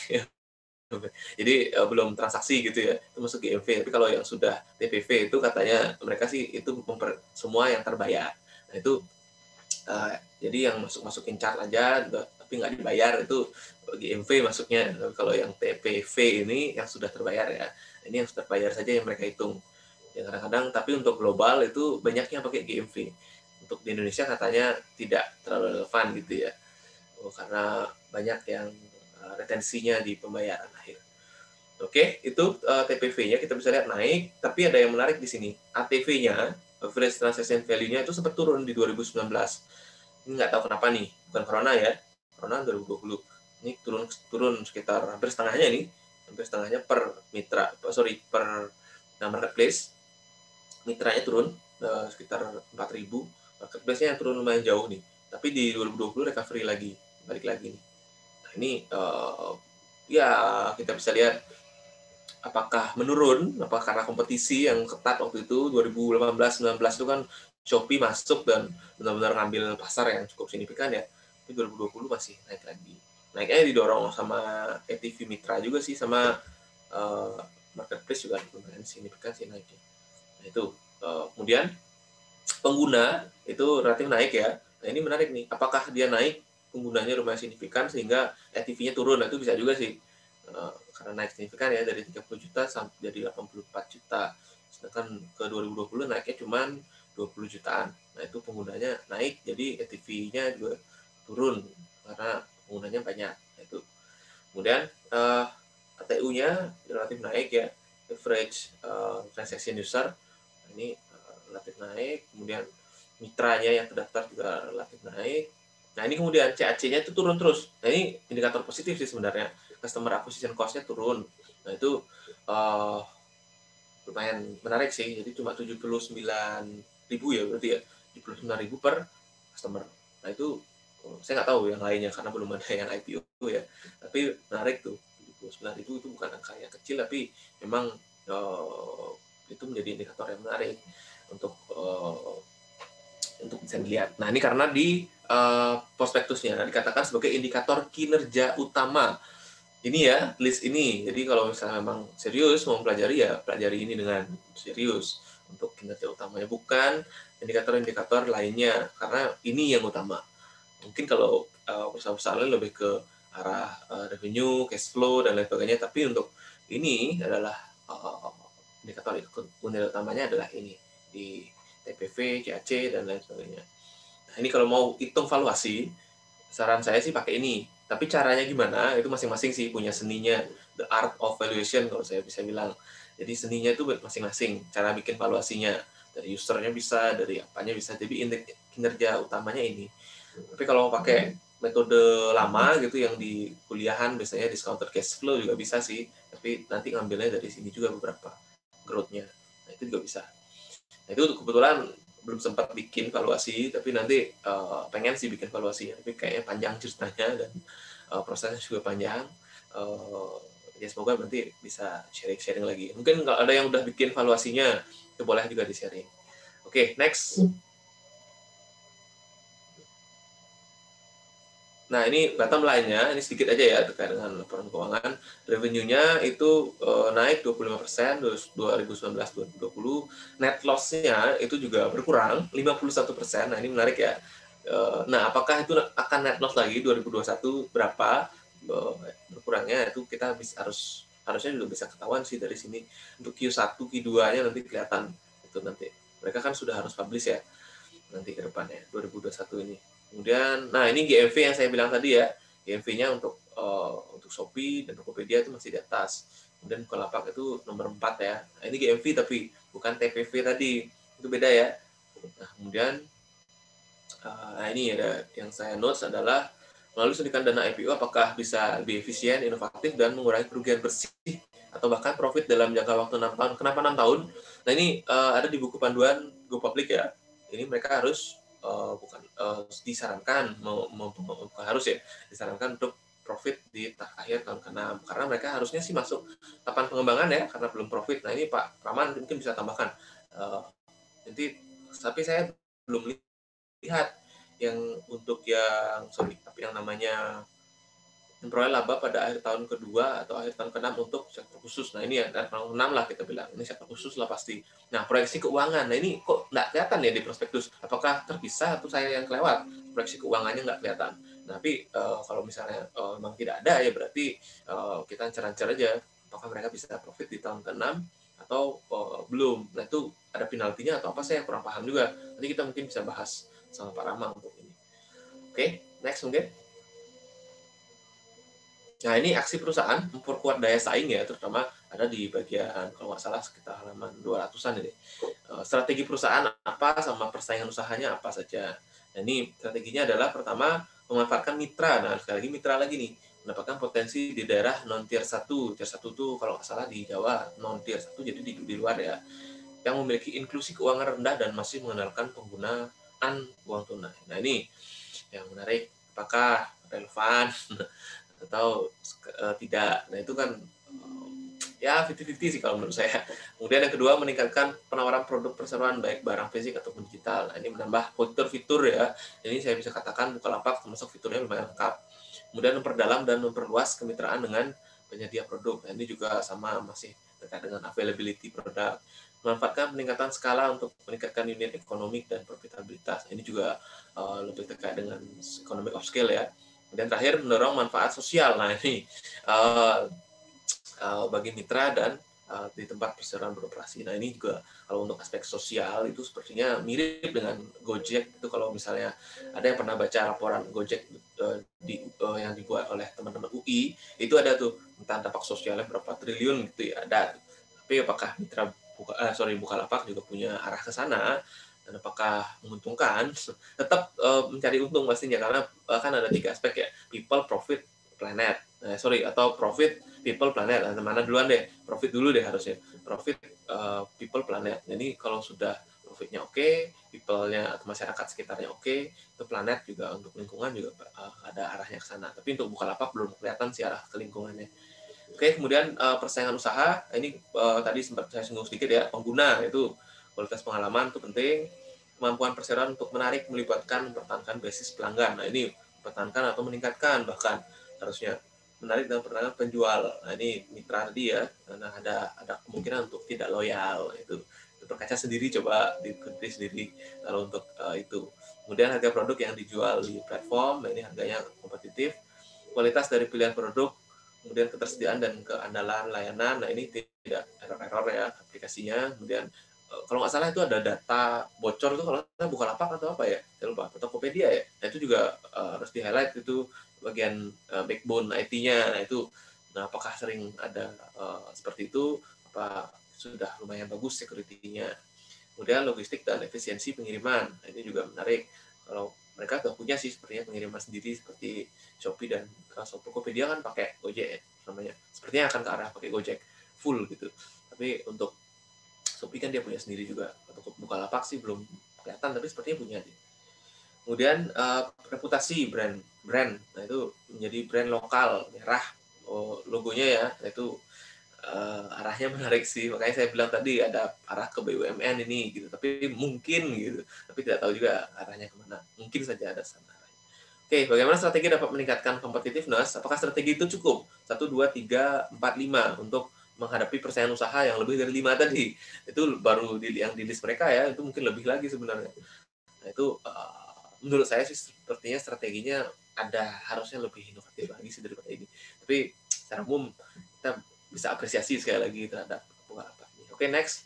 Jadi uh, belum transaksi gitu ya, itu masuk G M V. Tapi kalau yang sudah T P V itu katanya mereka sih itu memper, semua yang terbayar. Nah itu uh, jadi yang masuk masukin chart aja, tapi nggak dibayar itu G M V masuknya. Tapi kalau yang T P V ini yang sudah terbayar ya, ini yang sudah terbayar saja yang mereka hitung. Ya kadang-kadang, tapi untuk global itu banyaknya pakai G M V. Untuk di Indonesia katanya tidak terlalu relevan gitu ya, oh, karena banyak yang retensinya di pembayaran akhir. Oke, itu uh, T P V-nya kita bisa lihat naik, tapi ada yang menarik di sini. A T V-nya, average transaction value-nya itu sempat turun di dua ribu sembilan belas. Ini nggak tahu kenapa nih, bukan corona ya, corona dua ribu dua puluh. Ini turun turun sekitar hampir setengahnya nih, hampir setengahnya per mitra, sorry per nah, marketplace. Mitranya turun uh, sekitar empat ribu, marketplace-nya yang turun lumayan jauh nih. Tapi di dua ribu dua puluh recovery lagi, balik lagi nih. Ini uh, ya kita bisa lihat apakah menurun, apa karena kompetisi yang ketat waktu itu dua ribu delapan belas sembilan belas itu kan Shopee masuk dan benar-benar ngambil pasar yang cukup signifikan ya. Tapi dua ribu dua puluh masih naik lagi. Naiknya didorong sama A T V Mitra juga sih, sama uh, marketplace juga lumayan signifikan sih naiknya. Nah itu uh, kemudian pengguna itu relatif naik ya. Nah ini menarik nih, apakah dia naik penggunanya lumayan signifikan sehingga L T V-nya turun? Nah, itu bisa juga sih, uh, karena naik signifikan ya dari tiga puluh juta sampai jadi delapan puluh empat juta, sedangkan ke dua ribu dua puluh naiknya cuma dua puluh jutaan. Nah itu penggunanya naik, jadi L T V-nya juga turun karena penggunanya banyak. Nah, itu kemudian uh, A T U-nya relatif naik ya, average uh, transaction user ini uh, relatif naik, kemudian mitranya yang terdaftar juga relatif naik. Nah ini kemudian C A C-nya itu turun terus. Nah ini indikator positif sih sebenarnya. Customer acquisition cost-nya turun. Nah itu uh, lumayan menarik sih. Jadi cuma tujuh puluh sembilan ribu ya berarti ya. tujuh puluh sembilan ribu per customer. Nah itu uh, saya nggak tahu yang lainnya karena belum ada yang I P O ya. Tapi menarik tuh. tujuh puluh sembilan ribu itu bukan angka yang kecil, tapi memang uh, itu menjadi indikator yang menarik untuk uh, untuk bisa dilihat. Nah, ini karena di uh, prospektusnya dikatakan sebagai indikator kinerja utama. Ini ya, list ini. Jadi kalau misalnya memang serius mau mempelajari ya, pelajari ini dengan serius untuk kinerja utamanya, bukan indikator-indikator lainnya, karena ini yang utama. Mungkin kalau uh, perusahaan-perusahaan lain lebih ke arah uh, revenue, cash flow, dan lain sebagainya, tapi untuk ini adalah uh, indikator kinerja utamanya adalah ini, di T P V, C A C, dan lain sebagainya. Nah, ini kalau mau hitung valuasi, saran saya sih pakai ini. Tapi caranya gimana, itu masing-masing sih punya seninya. The art of valuation, kalau saya bisa bilang. Jadi seninya itu masing-masing, cara bikin valuasinya. Dari usernya bisa, dari apanya bisa. Jadi kinerja utamanya ini. Tapi kalau pakai metode lama gitu, yang di kuliahan, biasanya discounted cash flow juga bisa sih. Tapi nanti ngambilnya dari sini juga beberapa growth-nya. Nah, itu juga bisa. Nah, itu kebetulan belum sempat bikin valuasi, tapi nanti uh, pengen sih bikin valuasi, tapi kayaknya panjang ceritanya dan uh, prosesnya juga panjang. Uh, ya semoga nanti bisa sharing-sharing lagi. Mungkin kalau ada yang udah bikin valuasinya, itu boleh juga di-sharing. Oke, okay, next. Nah, ini bottom line-nya, ini sedikit aja ya terkait dengan laporan keuangan. Revenue-nya itu uh, naik dua puluh lima persen dua ribu sembilan belas dua ribu dua puluh. Net loss-nya itu juga berkurang lima puluh satu persen. Nah, ini menarik ya. Uh, nah, apakah itu akan net loss lagi dua ribu dua puluh satu berapa uh, berkurangnya? Itu kita bisa, harus harusnya juga bisa ketahuan sih dari sini. Untuk Q satu, Q dua-nya nanti kelihatan. Itu nanti. Mereka kan sudah harus publish ya nanti ke depannya dua ribu dua puluh satu ini. Kemudian, nah ini G M V yang saya bilang tadi ya, G M V-nya untuk uh, untuk Shopee dan Tokopedia itu masih di atas. Kemudian Bukalapak itu nomor empat ya. Nah, ini G M V tapi bukan T P V tadi, itu beda ya. Nah, kemudian uh, nah ini ada yang saya notes adalah melalui suntikan dana I P O apakah bisa lebih efisien, inovatif, dan mengurangi kerugian bersih atau bahkan profit dalam jangka waktu enam tahun. Kenapa enam tahun? Nah ini uh, ada di buku panduan Go Public ya. Ini mereka harus uh, bukan uh, disarankan, mau, mau, mau, bukan harus ya, disarankan untuk profit di akhir tahun keenam. Karena mereka harusnya sih masuk tahapan pengembangan ya, karena belum profit. Nah ini Pak Raman mungkin bisa tambahkan. Uh, jadi, tapi saya belum lihat yang untuk yang sorry, tapi yang namanya memperoleh laba pada akhir tahun kedua atau akhir tahun keenam untuk sektor khusus. Nah ini ya tahun enam lah kita bilang, ini sektor khusus lah pasti. Nah proyeksi keuangan, nah ini kok nggak kelihatan ya di prospektus, apakah terpisah atau saya yang kelewat, proyeksi keuangannya nggak kelihatan. Nah, tapi uh, kalau misalnya uh, memang tidak ada ya berarti uh, kita ancar-ancar aja apakah mereka bisa profit di tahun keenam atau uh, belum. Nah itu ada penaltinya atau apa, saya kurang paham juga, nanti kita mungkin bisa bahas sama Pak Rama untuk ini. Oke, okay, next mungkin. Nah, ini aksi perusahaan memperkuat daya saing ya, terutama ada di bagian, kalau nggak salah, sekitar halaman dua ratusan ini. Strategi perusahaan apa sama persaingan usahanya apa saja. Nah, ini strateginya adalah pertama, memanfaatkan mitra. Nah, sekali lagi mitra lagi nih, mendapatkan potensi di daerah non-tier satu. Tier satu itu kalau nggak salah di Jawa, non-tier satu, jadi di, di luar ya. Yang memiliki inklusi keuangan rendah dan masih mengandalkan penggunaan uang tunai. Nah, ini yang menarik, apakah relevan atau uh, tidak. Nah itu kan uh, ya fifty fifty sih kalau menurut saya. Kemudian yang kedua, meningkatkan penawaran produk perseroan baik barang fisik ataupun digital. Nah ini menambah fitur-fitur ya. Ini saya bisa katakan Bukalapak termasuk fiturnya lumayan lengkap. Kemudian memperdalam dan memperluas kemitraan dengan penyedia produk. Nah ini juga sama, masih terkait dengan availability produk. Memanfaatkan peningkatan skala untuk meningkatkan unit ekonomi dan profitabilitas. Ini juga uh, lebih terkait dengan economic of scale ya. Dan terakhir, mendorong manfaat sosial. Nah ini uh, uh, bagi mitra dan uh, di tempat perseroan beroperasi. Nah ini juga kalau untuk aspek sosial itu sepertinya mirip dengan Gojek. Itu kalau misalnya ada yang pernah baca laporan Gojek uh, di, uh, yang dibuat oleh teman-teman U I, itu ada tuh tentang dampak sosialnya berapa triliun gitu ya, ada. Tapi apakah mitra buka, uh, sorry Bukalapak juga punya arah ke sana? Dan apakah menguntungkan? Tetap uh, mencari untung pastinya, karena uh, kan ada tiga aspek ya, people, profit, planet. Nah, sorry, atau profit, people, planet. Nah, mana duluan deh? Profit dulu deh harusnya. Profit, uh, people, planet. Jadi kalau sudah profitnya oke, okay, people-nya atau masyarakat sekitarnya oke, okay, itu planet juga untuk lingkungan juga uh, ada arahnya ke sana. Tapi untuk Bukalapak belum kelihatan sih arah ke lingkungannya. Oke, okay, kemudian uh, persaingan usaha. Ini uh, tadi sempat saya singgung sedikit ya, pengguna itu kualitas pengalaman itu penting. Kemampuan perseroan untuk menarik, melibatkan, mempertahankan basis pelanggan. Nah ini mempertahankan atau meningkatkan, bahkan harusnya menarik dan mempertahankan penjual. Nah ini mitra tadi ya, karena ada ada kemungkinan untuk tidak loyal. Itu, itu berkaca sendiri, coba diketahui sendiri kalau untuk uh, itu. Kemudian harga produk yang dijual di platform, nah ini harganya kompetitif. Kualitas dari pilihan produk, kemudian ketersediaan dan keandalan layanan. Nah ini tidak error-error ya aplikasinya. Kemudian kalau nggak salah itu ada data bocor itu kalau nggak Bukalapak atau apa ya, saya lupa, atau Tokopedia ya. Nah itu juga uh, harus di highlight, itu bagian uh, backbone I T-nya. Nah itu, nah apakah sering ada uh, seperti itu, apa sudah lumayan bagus security-nya. Kemudian logistik dan efisiensi pengiriman. Nah ini juga menarik, kalau mereka sudah punya sih sepertinya pengiriman sendiri seperti Shopee dan uh, Tokopedia kan pakai Gojek ya, namanya. Sepertinya akan ke arah pakai Gojek full gitu. Tapi untuk Shopee kan dia punya sendiri juga. Untuk Bukalapak sih belum kelihatan, tapi sepertinya punya sih. Kemudian uh, reputasi brand, brand. Nah itu menjadi brand lokal, merah oh, logonya ya. Nah itu uh, arahnya menarik sih. Makanya saya bilang tadi ada arah ke B U M N ini gitu. Tapi mungkin gitu. Tapi tidak tahu juga arahnya kemana. Mungkin saja ada sana. Oke, bagaimana strategi dapat meningkatkan competitiveness? Apakah strategi itu cukup? Satu, dua, tiga, empat, lima untuk menghadapi persaingan usaha yang lebih dari lima tadi. Itu baru di, yang di list mereka ya, itu mungkin lebih lagi sebenarnya. Nah itu uh, menurut saya sih sepertinya strateginya ada, harusnya lebih inovatif lagi sih daripada ini. Tapi secara umum kita bisa apresiasi sekali lagi terhadap Bukalapak. Oke, next.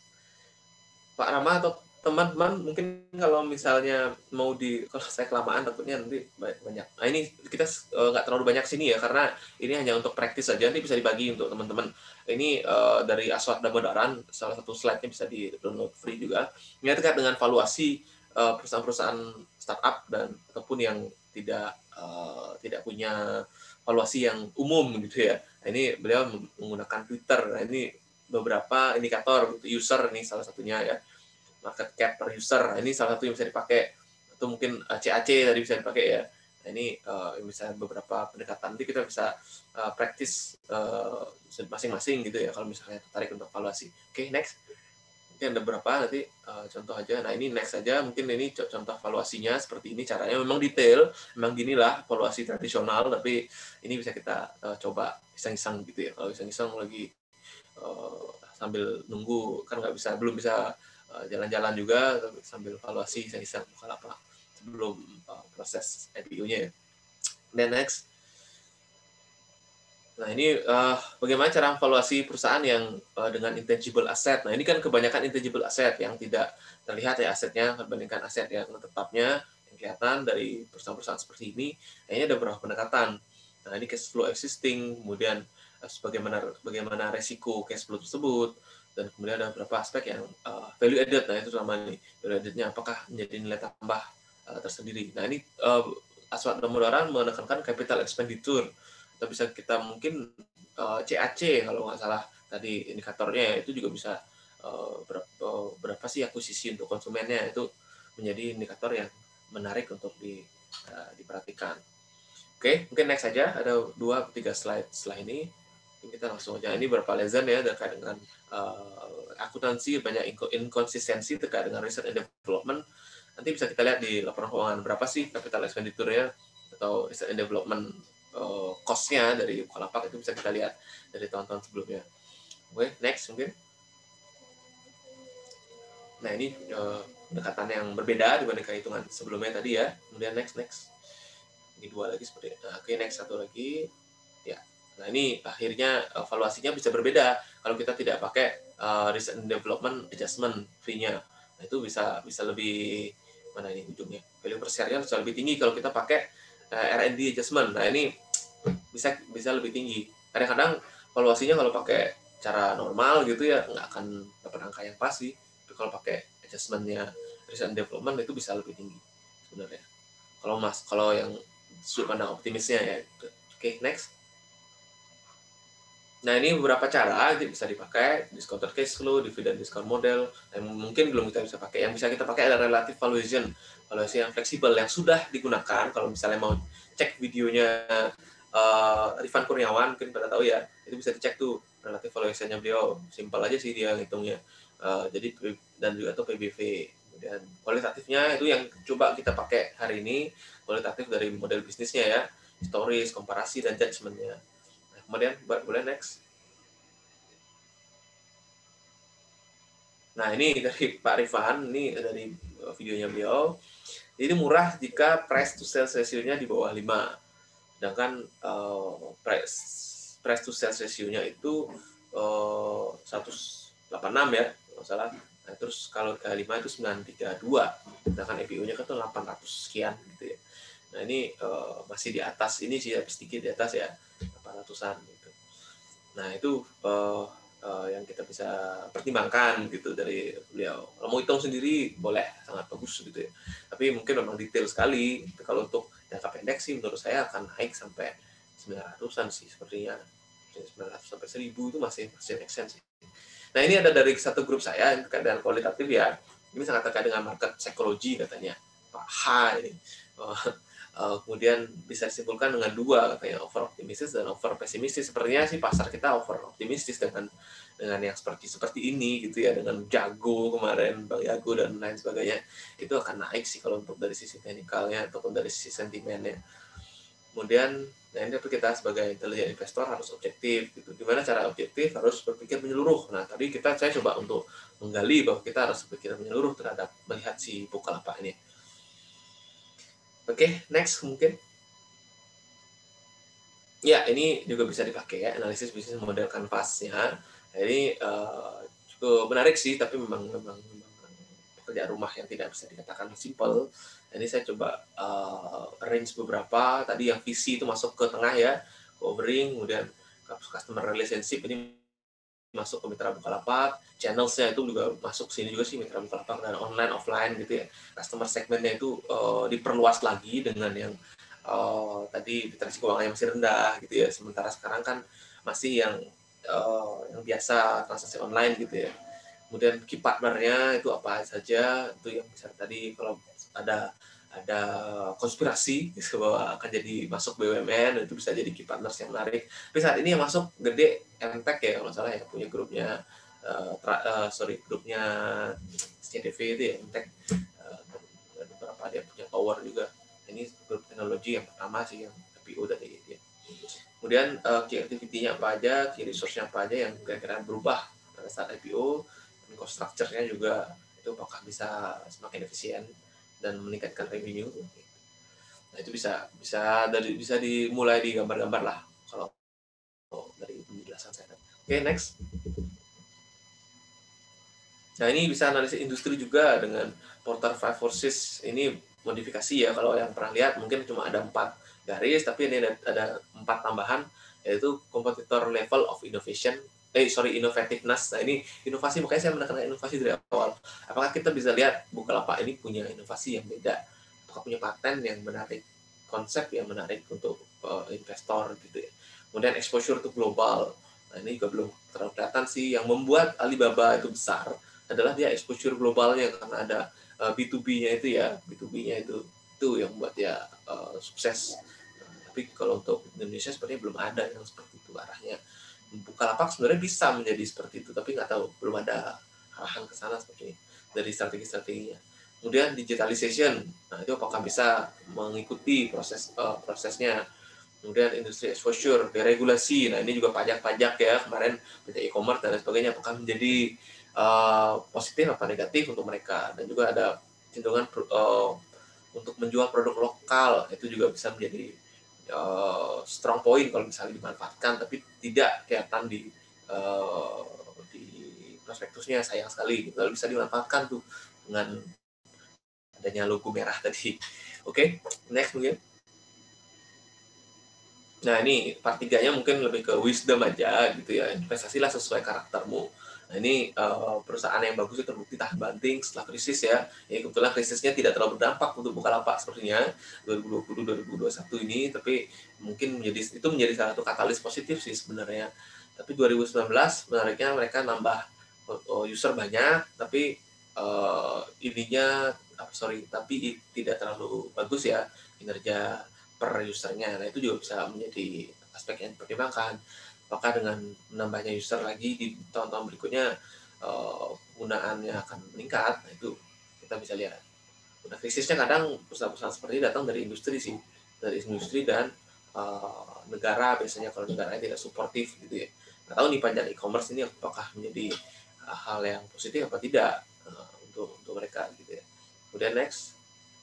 Pak Rama atau teman-teman mungkin kalau misalnya mau di, kalau saya kelamaan takutnya nanti banyak. Nah ini kita nggak uh, terlalu banyak sini ya, karena ini hanya untuk praktis saja, nanti bisa dibagi untuk teman-teman. Ini uh, dari Aswad Damodaran, salah satu slide-nya bisa di download free juga. Ini terkait dengan valuasi uh, perusahaan-perusahaan startup dan ataupun yang tidak uh, tidak punya valuasi yang umum gitu ya. Nah, ini beliau menggunakan Twitter. Nah, ini beberapa indikator gitu. User ini salah satunya ya. Market cap per user. Nah, ini salah satu yang bisa dipakai. Atau mungkin C A C tadi bisa dipakai ya. Nah, ini uh, misalnya beberapa pendekatan. Nanti kita bisa uh, practice uh, masing-masing gitu ya kalau misalnya tertarik untuk valuasi. Oke, okay, next. Mungkin ada beberapa nanti uh, contoh aja. Nah, ini next aja. Mungkin ini contoh valuasinya seperti ini caranya. Memang detail, memang ginilah valuasi tradisional, tapi ini bisa kita uh, coba iseng-iseng gitu ya. Kalau iseng-iseng lagi uh, sambil nunggu kan nggak bisa, belum bisa uh, jalan-jalan juga sambil valuasi iseng-iseng Bukalapak sebelum uh, proses I P O-nya ya. Dan next. Nah, ini uh, bagaimana cara evaluasi perusahaan yang uh, dengan intangible asset. Nah, ini kan kebanyakan intangible asset yang tidak terlihat ya asetnya dibandingkan aset yang tetapnya yang kelihatan dari perusahaan-perusahaan seperti ini. Nah, ini ada beberapa pendekatan. Nah, ini cash flow existing, kemudian uh, bagaimana bagaimana resiko cash flow tersebut, dan kemudian ada beberapa aspek yang uh, value added. Nah, itu sama nih value added-nya apakah menjadi nilai tambah uh, tersendiri. Nah, ini uh, Aswad Damodaran menekankan capital expenditure. Atau bisa kita mungkin uh, C A C kalau nggak salah tadi indikatornya itu juga bisa uh, berapa, berapa sih akuisisi untuk konsumennya, itu menjadi indikator yang menarik untuk di, uh, diperhatikan. Oke, mungkin next saja, ada dua tiga slide setelah ini. Kita langsung aja, ini berapa lesson ya terkait dengan uh, akuntansi, banyak inkonsistensi terkait dengan research and development. Nanti bisa kita lihat di laporan keuangan berapa sih capital expenditure-nya atau research and development Uh, cost-nya dari Bukalapak, itu bisa kita lihat dari tahun-tahun sebelumnya. Oke, next mungkin. Nah, ini uh, pendekatan yang berbeda dibandingkan hitungan sebelumnya tadi ya. Kemudian next, next. Ini dua lagi seperti nah, oke, next satu lagi. Ya. Nah, ini akhirnya evaluasinya bisa berbeda kalau kita tidak pakai uh, research and development adjustment fee-nya. Nah, itu bisa bisa lebih mana ini ujungnya. Value per share-nya bisa lebih tinggi kalau kita pakai uh, R and D adjustment. Nah, ini bisa bisa lebih tinggi. Kadang-kadang valuasinya kalau pakai cara normal gitu ya nggak akan dapat angka yang pasti. Tapi kalau pakai adjustment-nya research and development itu bisa lebih tinggi sebenarnya. Kalau mas kalau yang sudut pandang optimisnya ya. Oke, next. Nah, ini beberapa cara bisa dipakai, discounted cash flow, dividend discount model, yang mungkin belum kita bisa pakai. Yang bisa kita pakai adalah relative valuation, valuasi yang fleksibel yang sudah digunakan. Kalau misalnya mau cek videonya uh, Rifan Kurniawan, mungkin pada tahu ya, itu bisa dicek tuh relative valuation-nya beliau. Simpel aja sih dia ngitungnya. Uh, jadi dan juga tuh P B V. Kemudian kualitatifnya itu yang coba kita pakai hari ini, kualitatif dari model bisnisnya ya, historis, komparasi, dan judgement-nya. Kemudian boleh next. Nah, ini dari Pak Rifan, ini dari videonya beliau. Ini murah jika price to sales ratio-nya di bawah lima. Sedangkan uh, price price to sales ratio-nya itu uh, seratus delapan puluh enam ya, kalau salah. Nah, terus kalau ke lima itu sembilan ratus tiga puluh dua. Sedangkan E P U-nya kan tuh delapan ratus sekian gitu ya. Nah, ini uh, masih di atas, ini sih sedikit di atas ya. delapan ratusan gitu. Nah, itu uh, uh, yang kita bisa pertimbangkan gitu dari beliau. Kalau mau hitung sendiri boleh, sangat bagus gitu ya. Tapi mungkin memang detail sekali. Kalau untuk jangka pendek sih menurut saya akan naik sampai sembilan ratusan sih sepertinya. sembilan ratus sampai seribu itu masih masih make sense sih. Nah, ini ada dari satu grup saya yang terkait dengan kualitatif ya. Ini sangat terkait dengan market psychology katanya. Pak H ini. Uh, Uh, kemudian bisa disimpulkan dengan dua katanya, over optimistis dan over pesimistis. Sepertinya sih pasar kita over optimistis dengan dengan yang seperti seperti ini gitu ya, dengan Jago kemarin, Bang Jago dan lain sebagainya. Itu akan naik sih kalau untuk dari sisi teknikalnya ataupun dari sisi sentimennya. Kemudian nah ini tapi kita sebagai intelligent investor harus objektif gitu. Gimana cara objektif? Harus berpikir menyeluruh. Nah, tadi kita saya coba untuk menggali bahwa kita harus berpikir menyeluruh terhadap melihat si Bukalapak ini. Oke, okay, next mungkin. Ya, ini juga bisa dipakai ya, analisis bisnis model kanvasnya. Nah, ini uh, cukup menarik sih, tapi memang, memang, memang pekerjaan rumah yang tidak bisa dikatakan simple. Nah, ini saya coba uh, arrange beberapa. Tadi yang visi itu masuk ke tengah ya, covering, kemudian customer relationship ini masuk ke Mitra Bukalapak, channels-nya itu juga masuk sini juga sih Mitra Bukalapak, dan online offline gitu ya. Customer segmentnya itu uh, diperluas lagi dengan yang uh, tadi literasi keuangannya masih rendah gitu ya. Sementara sekarang kan masih yang uh, yang biasa transaksi online gitu ya. Kemudian key partnernya itu apa saja, itu yang bisa tadi kalau ada ada konspirasi gitu, bahwa akan jadi masuk B U M N, itu bisa jadi key partners yang menarik. Tapi saat ini yang masuk gede M Tech ya kalau salah ya, punya grupnya uh, tra, uh, sorry grupnya C D V itu ya M Tech, uh, dan beberapa dia punya tower juga. Ini grup teknologi yang pertama sih yang I P O tadi ya. Kemudian uh, key activity-nya apa aja, key resource-nya apa aja yang kira-kira berubah pada saat I P O, dan cost structure-nya juga itu apakah bisa semakin efisien dan meningkatkan revenue. Nah itu bisa bisa dari bisa dimulai di gambar-gambar lah kalau dari penjelasan saya. Oke, okay, next. Nah ini bisa analisis industri juga dengan Porter Five Forces. Ini modifikasi ya, kalau yang pernah lihat mungkin cuma ada empat garis, tapi ini ada, ada empat tambahan, yaitu competitor level of innovation, eh sorry innovativeness. Nah ini inovasi, makanya saya menekankan inovasi dari awal. Apakah kita bisa lihat Bukalapak ini punya inovasi yang beda, apakah punya paten yang menarik, konsep yang menarik untuk uh, investor gitu ya. Kemudian exposure to global. Nah ini juga belum terlalu kelihatan sih. Yang membuat Alibaba itu besar adalah dia exposure globalnya, karena ada uh, B to B-nya itu ya, B to B-nya itu itu yang membuat dia uh, sukses. Nah, tapi kalau untuk Indonesia sepertinya belum ada yang seperti itu arahnya. Bukalapak sebenarnya bisa menjadi seperti itu, tapi nggak tahu, belum ada arahan ke sana seperti dari strategi-strateginya. Kemudian digitalization, nah itu apakah bisa mengikuti proses uh, prosesnya. Kemudian industri exposure, deregulasi, nah ini juga pajak-pajak ya, kemarin pajak e-commerce dan lain sebagainya, apakah menjadi uh, positif apa negatif untuk mereka. Dan juga ada cenderungan uh, untuk menjual produk lokal, itu juga bisa menjadi uh, strong point kalau misalnya dimanfaatkan, tapi tidak kelihatan di uh, di prospektusnya, sayang sekali. Lalu bisa dimanfaatkan tuh dengan adanya logo merah tadi. Oke, okay, next mungkin. Nah ini part tiganya mungkin lebih ke wisdom aja gitu ya, investasilah sesuai karaktermu. Nah ini uh, perusahaan yang bagus itu terbukti tahan banting setelah krisis ya. Ya kebetulan krisisnya tidak terlalu berdampak untuk Bukalapak sepertinya dua ribu dua puluh dua ribu dua puluh satu ini, tapi mungkin menjadi itu menjadi salah satu katalis positif sih sebenarnya. Tapi dua ribu sembilan belas menariknya mereka nambah user banyak, tapi uh, ininya sorry tapi tidak terlalu bagus ya kinerja per usernya. Nah itu juga bisa menjadi aspek yang dipertimbangkan. Apakah dengan menambahnya user lagi di tahun-tahun berikutnya uh, penggunaannya akan meningkat? Nah itu kita bisa lihat. Nah krisisnya kadang perusahaan-perusahaan seperti ini datang dari industri sih, dari industri dan uh, negara biasanya, kalau negaranya tidak suportif gitu ya. Nggak tahu nih panjang e-commerce ini apakah menjadi uh, hal yang positif apa tidak uh, untuk untuk mereka gitu ya. Kemudian next.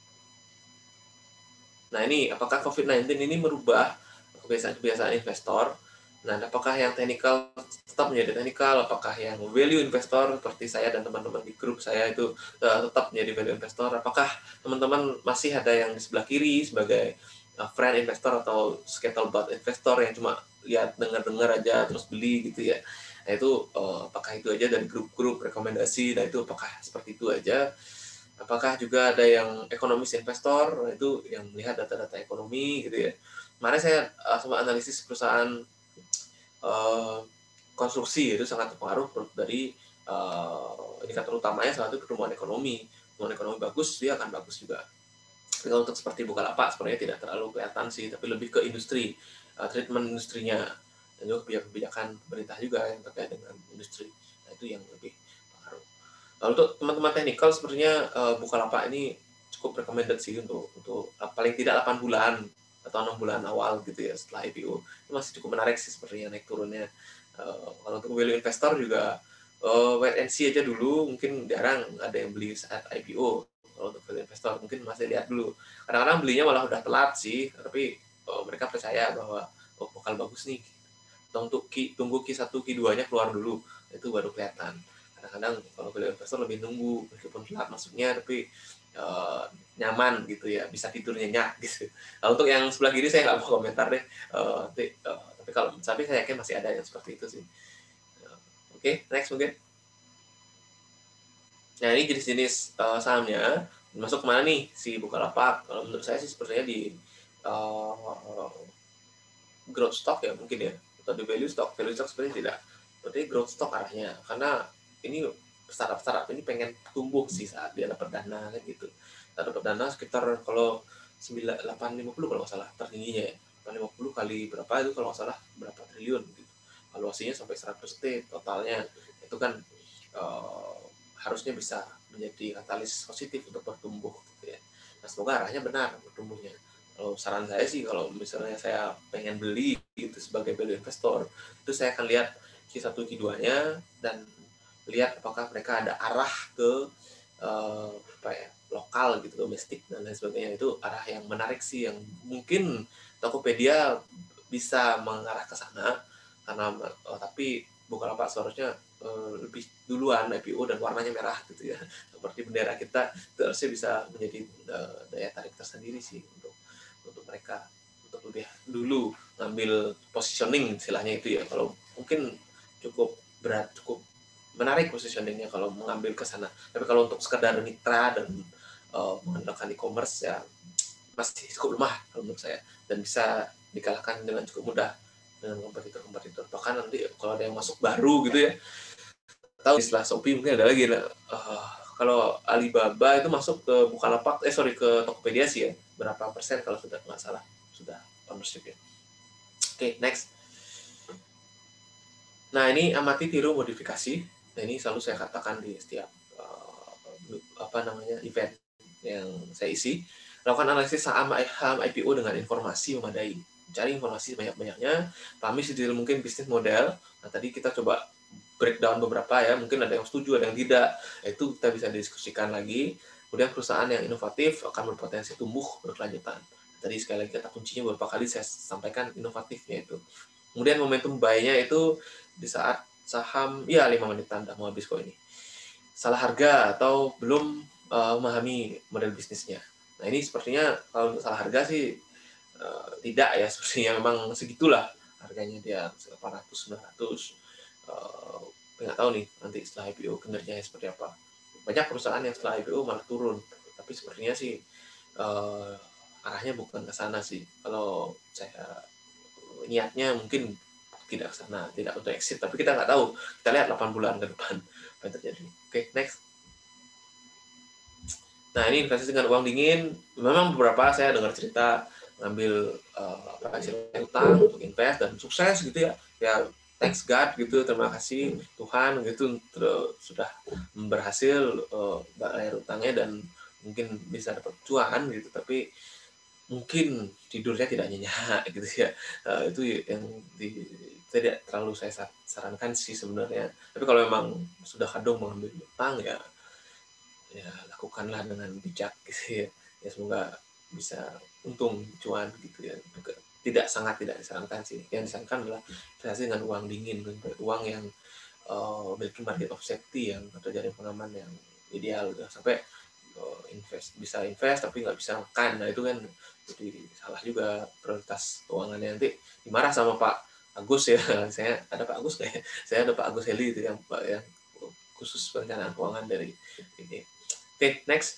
Nah ini apakah covid sembilan belas ini merubah kebiasaan-kebiasaan investor? Nah apakah yang teknikal tetap menjadi teknikal? Apakah yang value investor seperti saya dan teman-teman di grup saya itu uh, tetap menjadi value investor? Apakah teman-teman masih ada yang di sebelah kiri sebagai uh, friend investor atau scatterbat investor yang cuma lihat dengar-dengar aja terus beli gitu ya? Nah itu uh, apakah itu aja dari grup-grup rekomendasi? Nah itu apakah seperti itu aja? Apakah juga ada yang ekonomis investor, itu yang melihat data-data ekonomi gitu ya. Kemarin saya uh, sempat analisis perusahaan uh, konstruksi, itu sangat terpengaruh dari uh, indikator utamanya salah satu pertumbuhan ekonomi. Pertumbuhan ekonomi bagus, dia akan bagus juga. Tapi kalau untuk seperti Bukalapak sebenarnya tidak terlalu kelihatan sih, tapi lebih ke industri, uh, treatment industrinya, dan juga kebijakan pemerintah juga yang terkait dengan industri. Nah itu yang lebih Lalu untuk teman-teman teknikal sepertinya uh, Bukalapak ini cukup recommended sih untuk untuk uh, paling tidak delapan bulan atau enam bulan awal gitu ya setelah I P O. Itu masih cukup menarik sih sepertinya naik turunnya. Uh, kalau untuk value investor juga uh, wait and see aja dulu, mungkin jarang ada yang beli saat I P O. Kalau untuk value investor mungkin masih lihat dulu. Kadang-kadang belinya malah udah telat sih, tapi uh, mereka percaya bahwa oh, bakal bagus nih. Untuk Q, tunggu Q satu, Q dua-nya keluar dulu, itu baru kelihatan. Kadang-kadang kalau value investor lebih nunggu meskipun telat masuknya tapi uh, nyaman gitu ya, bisa tidur nyenyak gitu. Nah, untuk yang sebelah kiri saya nggak mau komentar deh, uh, tapi, uh, tapi kalau tapi saya yakin masih ada yang seperti itu sih. Uh, Oke, Oke, next mungkin. Nah, ini jenis-jenis uh, sahamnya. Masuk kemana nih si Bukalapak? Kalau menurut saya sih sepertinya di uh, growth stock ya mungkin ya. Atau di value stock. Value stock sebenarnya tidak. Berarti growth stock arahnya. Karena ini startup-startup ini pengen tumbuh sih saat dia dapat dana kan gitu. Saat dapat dana sekitar kalau sembilan delapan lima puluh kalau nggak salah tertingginya ya. delapan lima puluh kali berapa itu kalau nggak salah berapa triliun gitu. Valuasinya sampai seratus T totalnya. Itu kan uh, harusnya bisa menjadi katalis positif untuk bertumbuh gitu ya. Nah, semoga arahnya benar bertumbuhnya. Kalau saran saya sih kalau misalnya saya pengen beli gitu sebagai value investor, itu saya akan lihat Q satu Q dua-nya dan lihat apakah mereka ada arah ke uh, apa ya, lokal gitu, domestik dan lain sebagainya. Itu arah yang menarik sih, yang mungkin Tokopedia bisa mengarah ke sana karena oh, tapi Bukalapak seharusnya uh, lebih duluan I P O dan warnanya merah gitu ya, seperti bendera kita, itu harusnya bisa menjadi uh, daya tarik tersendiri sih untuk untuk mereka untuk lebih dulu ngambil positioning istilahnya itu ya. Kalau mungkin cukup berat, cukup menarik positioningnya kalau mengambil ke sana. Tapi kalau untuk sekedar mitra dan uh, mengandalkan e-commerce ya masih cukup lemah kalau menurut saya, dan bisa dikalahkan dengan cukup mudah dengan kompetitor-kompetitor. Bahkan nanti kalau ada yang masuk baru gitu ya, tahu setelah Shopee mungkin ada lagi lah. Uh, kalau Alibaba itu masuk ke Bukalapak, eh sorry ke Tokopedia sih ya, berapa persen kalau sudah nggak salah sudah ownership ya. Oke, okay, next. Nah, ini amati tiru modifikasi. Nah, ini selalu saya katakan di setiap uh, apa namanya event yang saya isi. Lakukan analisis saham I P O dengan informasi memadai. Cari informasi banyak-banyaknya, pahami sedetail mungkin bisnis model. Nah, tadi kita coba breakdown beberapa ya, mungkin ada yang setuju, ada yang tidak. Itu kita bisa diskusikan lagi. Kemudian perusahaan yang inovatif akan berpotensi tumbuh berkelanjutan. Tadi sekali lagi kata kuncinya beberapa kali saya sampaikan inovatifnya itu. Kemudian momentum buy-nya itu di saat saham, ya lima menit tanda, mau habis kok ini. Salah harga atau belum uh, memahami model bisnisnya. Nah, ini sepertinya kalau salah harga sih uh, tidak ya, sepertinya memang segitulah harganya dia delapan ratus sembilan ratus. Uh, nggak tahu nih nanti setelah I P O kinerjanya seperti apa. Banyak perusahaan yang setelah I P O malah turun, tapi sepertinya sih uh, arahnya bukan ke sana sih. Kalau saya niatnya mungkin tidak ke sana, tidak untuk exit, tapi kita nggak tahu. Kita lihat delapan bulan ke depan apa yang terjadi. Oke, okay, next. Nah, ini investasi dengan uang dingin. Memang beberapa saya dengar cerita ngambil uh, apa hasilnya utang untuk invest dan sukses gitu ya. Ya thanks God gitu, terima kasih Tuhan gitu, terus sudah berhasil uh, bayar utangnya dan mungkin bisa dapat cuan gitu, tapi mungkin tidurnya tidak nyenyak gitu ya. Uh, itu yang di, tidak terlalu saya sarankan sih sebenarnya. Tapi kalau memang sudah kadung mengambil utang ya ya lakukanlah dengan bijak gitu ya. Ya semoga bisa untung cuan gitu ya. Tidak sangat tidak disarankan sih. Yang disarankan adalah investasi dengan uang dingin, uang yang uh, memiliki margin of safety yang atau jaring pengaman yang ideal gitu. Sampai uh, invest bisa invest tapi nggak bisa makan. Nah, itu kan jadi salah juga prioritas keuangannya. Nanti dimarah sama Pak Agus ya. Saya ada Pak Agus kayak saya ada Pak Agus Heli itu yang Pak yang khusus perencanaan keuangan dari ini. Oke, okay, next.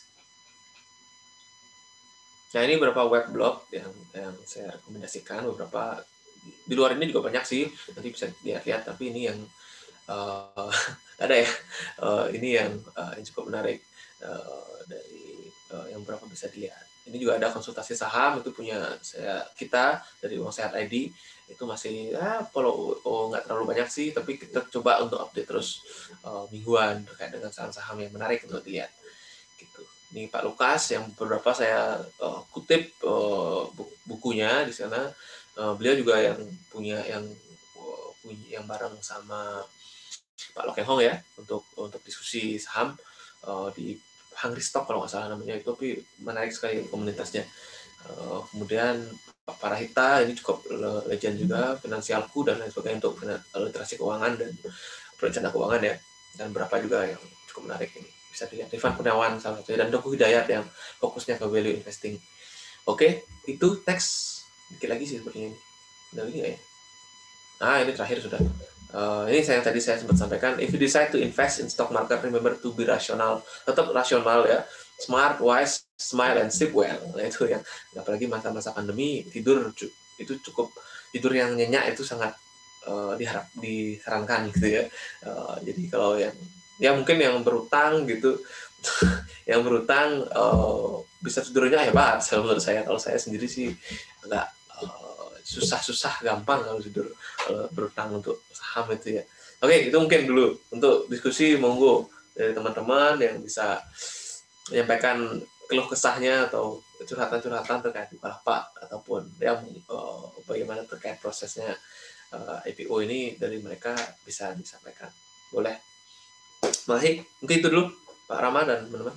Nah, ini beberapa web blog yang yang saya rekomendasikan. Beberapa di luar ini juga banyak sih, nanti bisa lihat-lihat. Tapi ini yang uh, ada ya. Uh, ini yang uh, yang cukup menarik uh, dari uh, yang beberapa bisa dilihat. Ini juga ada konsultasi saham, itu punya saya kita dari Uang Sehat I D. Itu masih ah, follow oh, nggak terlalu banyak sih, tapi kita coba untuk update terus uh, mingguan terkait dengan saham-saham yang menarik untuk dilihat. Gitu. Ini Pak Lukas yang beberapa saya uh, kutip uh, bukunya di sana. Uh, beliau juga yang punya yang uh, punya yang bareng sama Pak Lokeng Hong ya untuk untuk diskusi saham uh, di Hungry Stock kalau nggak salah namanya itu, tapi menarik sekali komunitasnya. Uh, kemudian Pak Parahita ini cukup legend juga, Finansialku dan lain sebagainya untuk literasi keuangan dan perencana keuangan ya, dan berapa juga yang cukup menarik ini. Bisa dilihat Rifan Kurniawan salah satunya, dan Teguh Hidayat yang fokusnya ke value investing. Oke, itu teks dikit lagi sih sepertinya ini. Udah lagi nggak ya? Nah, ini terakhir sudah. Uh, ini saya tadi saya sempat sampaikan, if you decide to invest in stock market, remember to be rational, tetap rasional ya, smart, wise, smile, and sleep well. Nah itu yang, apalagi masa-masa pandemi, tidur itu cukup, tidur yang nyenyak itu sangat uh, diharap disarankan gitu ya. Uh, jadi kalau yang ya mungkin yang berutang gitu, yang berutang uh, bisa tidurnya hebat. Menurut saya, kalau saya sendiri sih agak uh, susah-susah, gampang kalau tidur uh, berutang untuk saham itu ya. Oke, itu mungkin dulu untuk diskusi, monggo dari teman-teman yang bisa menyampaikan keluh kesahnya atau curhatan-curhatan terkait Bukalapak ataupun ya uh, bagaimana terkait prosesnya uh, I P O ini dari mereka bisa disampaikan. Boleh. Baik, mungkin itu dulu Pak Rama dan teman-teman.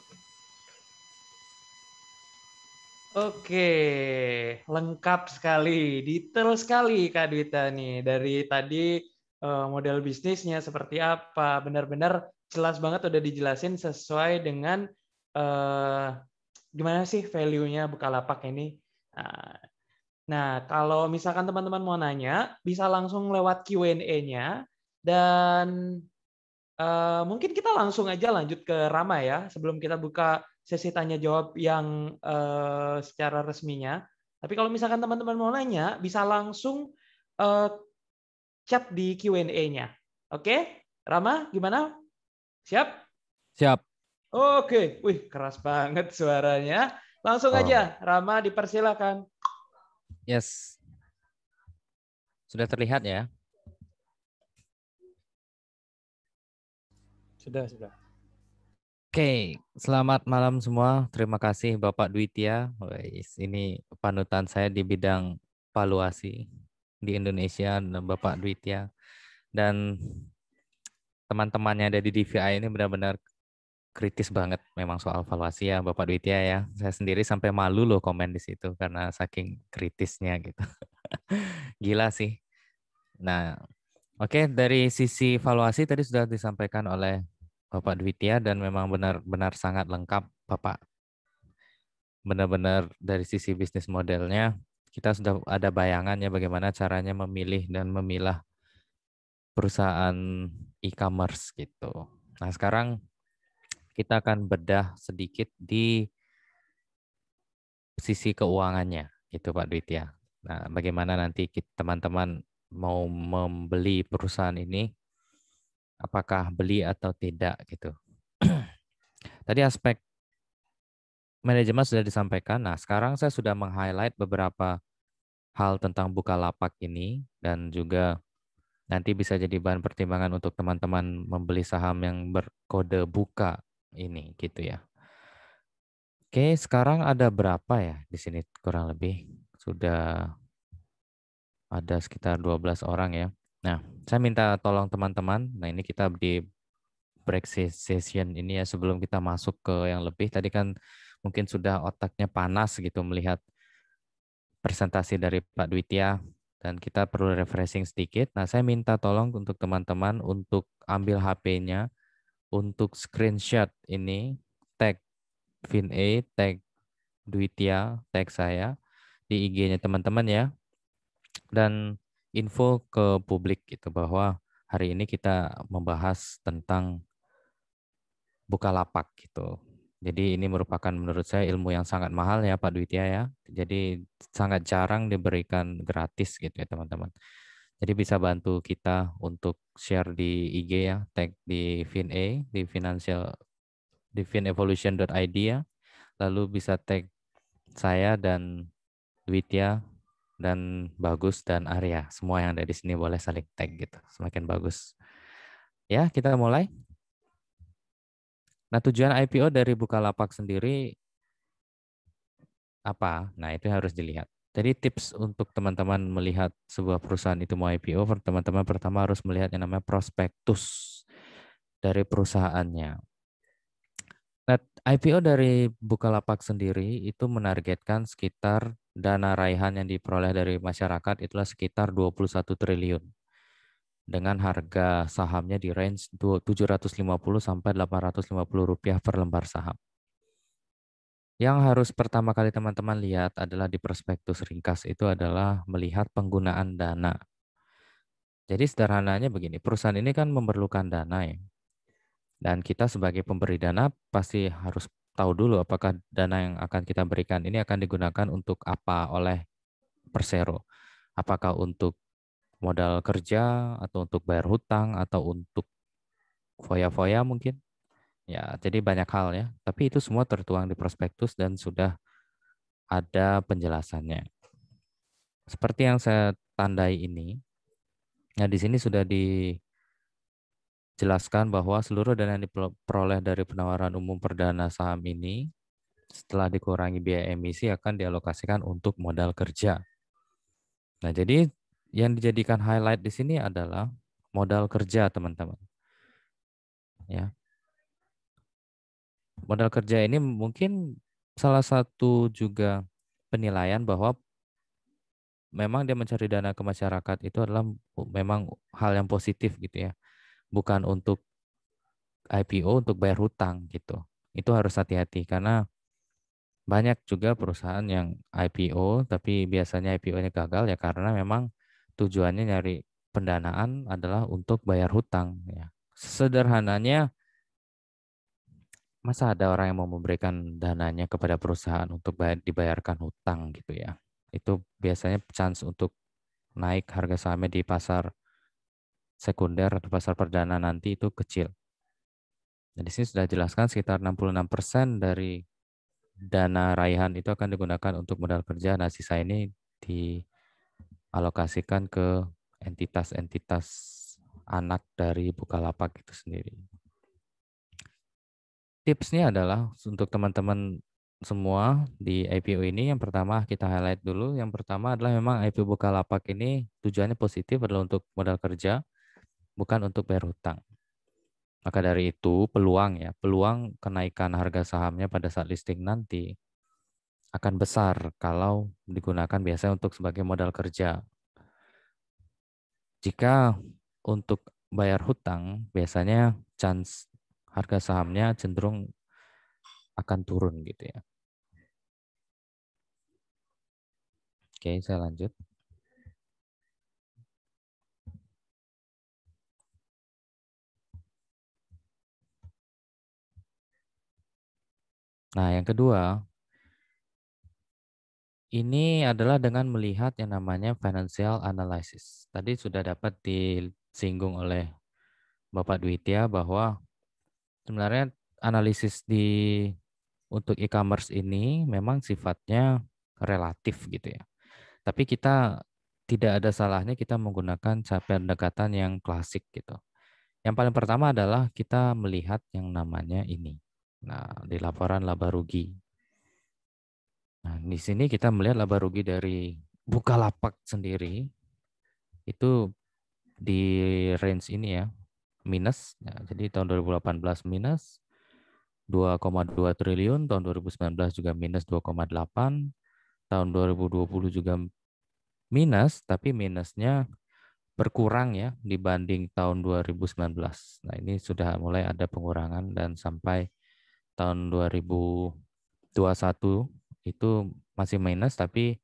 Oke, lengkap sekali, detail sekali Kak Dwita nih. Dari tadi model bisnisnya seperti apa, benar-benar jelas banget udah dijelasin sesuai dengan eh, gimana sih value-nya Bukalapak ini. Nah, nah, kalau misalkan teman-teman mau nanya, bisa langsung lewat Q and A-nya dan Uh, mungkin kita langsung aja lanjut ke Rama ya, sebelum kita buka sesi tanya jawab yang uh, secara resminya. Tapi kalau misalkan teman-teman mau nanya, bisa langsung uh, chat di Q and A-nya. Oke, Rama, gimana? Siap? Siap. Oke, wih keras banget suaranya. Langsung Oh. aja, Rama dipersilakan. Yes. Sudah terlihat ya? Sudah, sudah. Oke, selamat malam semua. Terima kasih Bapak Dwitya. Ini panutan saya di bidang valuasi di Indonesia, Bapak Dwitya. Dan teman-temannya ada di D V I ini benar-benar kritis banget memang soal valuasi ya Bapak Dwitya ya. Saya sendiri sampai malu loh komen di situ karena saking kritisnya gitu. Gila sih. Nah, oke, dari sisi valuasi tadi sudah disampaikan oleh Bapak Dwitya dan memang benar-benar sangat lengkap Bapak. Benar-benar dari sisi bisnis modelnya kita sudah ada bayangan ya bagaimana caranya memilih dan memilah perusahaan e-commerce gitu. Nah, sekarang kita akan bedah sedikit di sisi keuangannya gitu Pak Dwitya. Nah, bagaimana nanti teman-teman mau membeli perusahaan ini, apakah beli atau tidak gitu. Tadi aspek manajemen sudah disampaikan. Nah, sekarang saya sudah meng-highlight beberapa hal tentang Bukalapak ini dan juga nanti bisa jadi bahan pertimbangan untuk teman-teman membeli saham yang berkode buka ini gitu ya. Oke, sekarang ada berapa ya di sini kurang lebih? Sudah ada sekitar dua belas orang ya. Nah, saya minta tolong teman-teman. Nah, ini kita di break session ini ya sebelum kita masuk ke yang lebih. Tadi kan mungkin sudah otaknya panas gitu melihat presentasi dari Pak Dwitya dan kita perlu refreshing sedikit. Nah, saya minta tolong untuk teman-teman untuk ambil H P-nya untuk screenshot ini, tag FinA, tag Dwitya, tag saya di I G-nya teman-teman ya. Dan info ke publik gitu bahwa hari ini kita membahas tentang Bukalapak gitu. Jadi ini merupakan menurut saya ilmu yang sangat mahal ya Pak Dwitya ya. Jadi sangat jarang diberikan gratis gitu ya teman-teman. Jadi bisa bantu kita untuk share di I G ya, tag di FinA, di financial di finevolution dot I D ya. Lalu bisa tag saya dan Dwitya dan Bagus dan Arya. Semua yang ada di sini boleh saling tag gitu. Semakin bagus. Ya, kita mulai. Nah, tujuan I P O dari Bukalapak sendiri apa? Nah, itu harus dilihat. Jadi tips untuk teman-teman melihat sebuah perusahaan itu mau I P O, teman-teman pertama harus melihat yang namanya prospektus dari perusahaannya. Nah, I P O dari Bukalapak sendiri itu menargetkan sekitar dana raihan yang diperoleh dari masyarakat itulah sekitar dua puluh satu triliun. Dengan harga sahamnya di range tujuh ratus lima puluh sampai delapan ratus lima puluh rupiah per lembar saham. Yang harus pertama kali teman-teman lihat adalah di prospektus ringkas itu adalah melihat penggunaan dana. Jadi sederhananya begini, perusahaan ini kan memerlukan dana ya. Dan kita sebagai pemberi dana pasti harus tahu dulu apakah dana yang akan kita berikan ini akan digunakan untuk apa oleh Persero. Apakah untuk modal kerja, atau untuk bayar hutang, atau untuk foya-foya mungkin. Ya, jadi banyak hal ya. Tapi itu semua tertuang di prospektus dan sudah ada penjelasannya. Seperti yang saya tandai ini, nah di sini sudah dijelaskan bahwa seluruh dana yang diperoleh dari penawaran umum perdana saham ini setelah dikurangi biaya emisi akan dialokasikan untuk modal kerja. Nah, jadi yang dijadikan highlight di sini adalah modal kerja, teman-teman. Ya. Modal kerja ini mungkin salah satu juga penilaian bahwa memang dia mencari dana ke masyarakat itu adalah memang hal yang positif gitu ya. Bukan untuk I P O untuk bayar hutang gitu. Itu harus hati-hati karena banyak juga perusahaan yang I P O tapi biasanya I P O-nya gagal ya karena memang tujuannya nyari pendanaan adalah untuk bayar hutang ya. Sederhananya, masa ada orang yang mau memberikan dananya kepada perusahaan untuk bayar, dibayarkan hutang gitu ya. Itu biasanya chance untuk naik harga sahamnya di pasar sekunder atau pasar perdana nanti itu kecil. Nah, di sini sudah jelaskan sekitar enam puluh enam persen dari dana raihan itu akan digunakan untuk modal kerja. Nah, sisa ini dialokasikan ke entitas-entitas anak dari Bukalapak itu sendiri. Tipsnya adalah untuk teman-teman semua di I P O ini, yang pertama kita highlight dulu. Yang pertama adalah memang I P O Bukalapak ini tujuannya positif adalah untuk modal kerja, bukan untuk bayar hutang. Maka dari itu peluang ya, peluang kenaikan harga sahamnya pada saat listing nanti akan besar kalau digunakan biasanya untuk sebagai modal kerja. Jika untuk bayar hutang, biasanya chance harga sahamnya cenderung akan turun gitu ya. Oke, saya lanjut. Nah, yang kedua, ini adalah dengan melihat yang namanya financial analysis. Tadi sudah dapat disinggung oleh Bapak Dwitya bahwa sebenarnya analisis di untuk e-commerce ini memang sifatnya relatif gitu ya. Tapi kita tidak ada salahnya kita menggunakan pendekatan yang klasik gitu. Yang paling pertama adalah kita melihat yang namanya ini. Nah, di laporan laba rugi. Nah, di sini kita melihat laba rugi dari Bukalapak sendiri itu di range ini ya, minus. Ya, jadi tahun dua ribu delapan belas minus dua koma dua triliun, tahun dua ribu sembilan belas juga minus dua koma delapan, tahun dua ribu dua puluh juga minus, tapi minusnya berkurang ya dibanding tahun dua ribu sembilan belas. Nah, ini sudah mulai ada pengurangan dan sampai tahun dua ribu dua puluh satu itu masih minus, tapi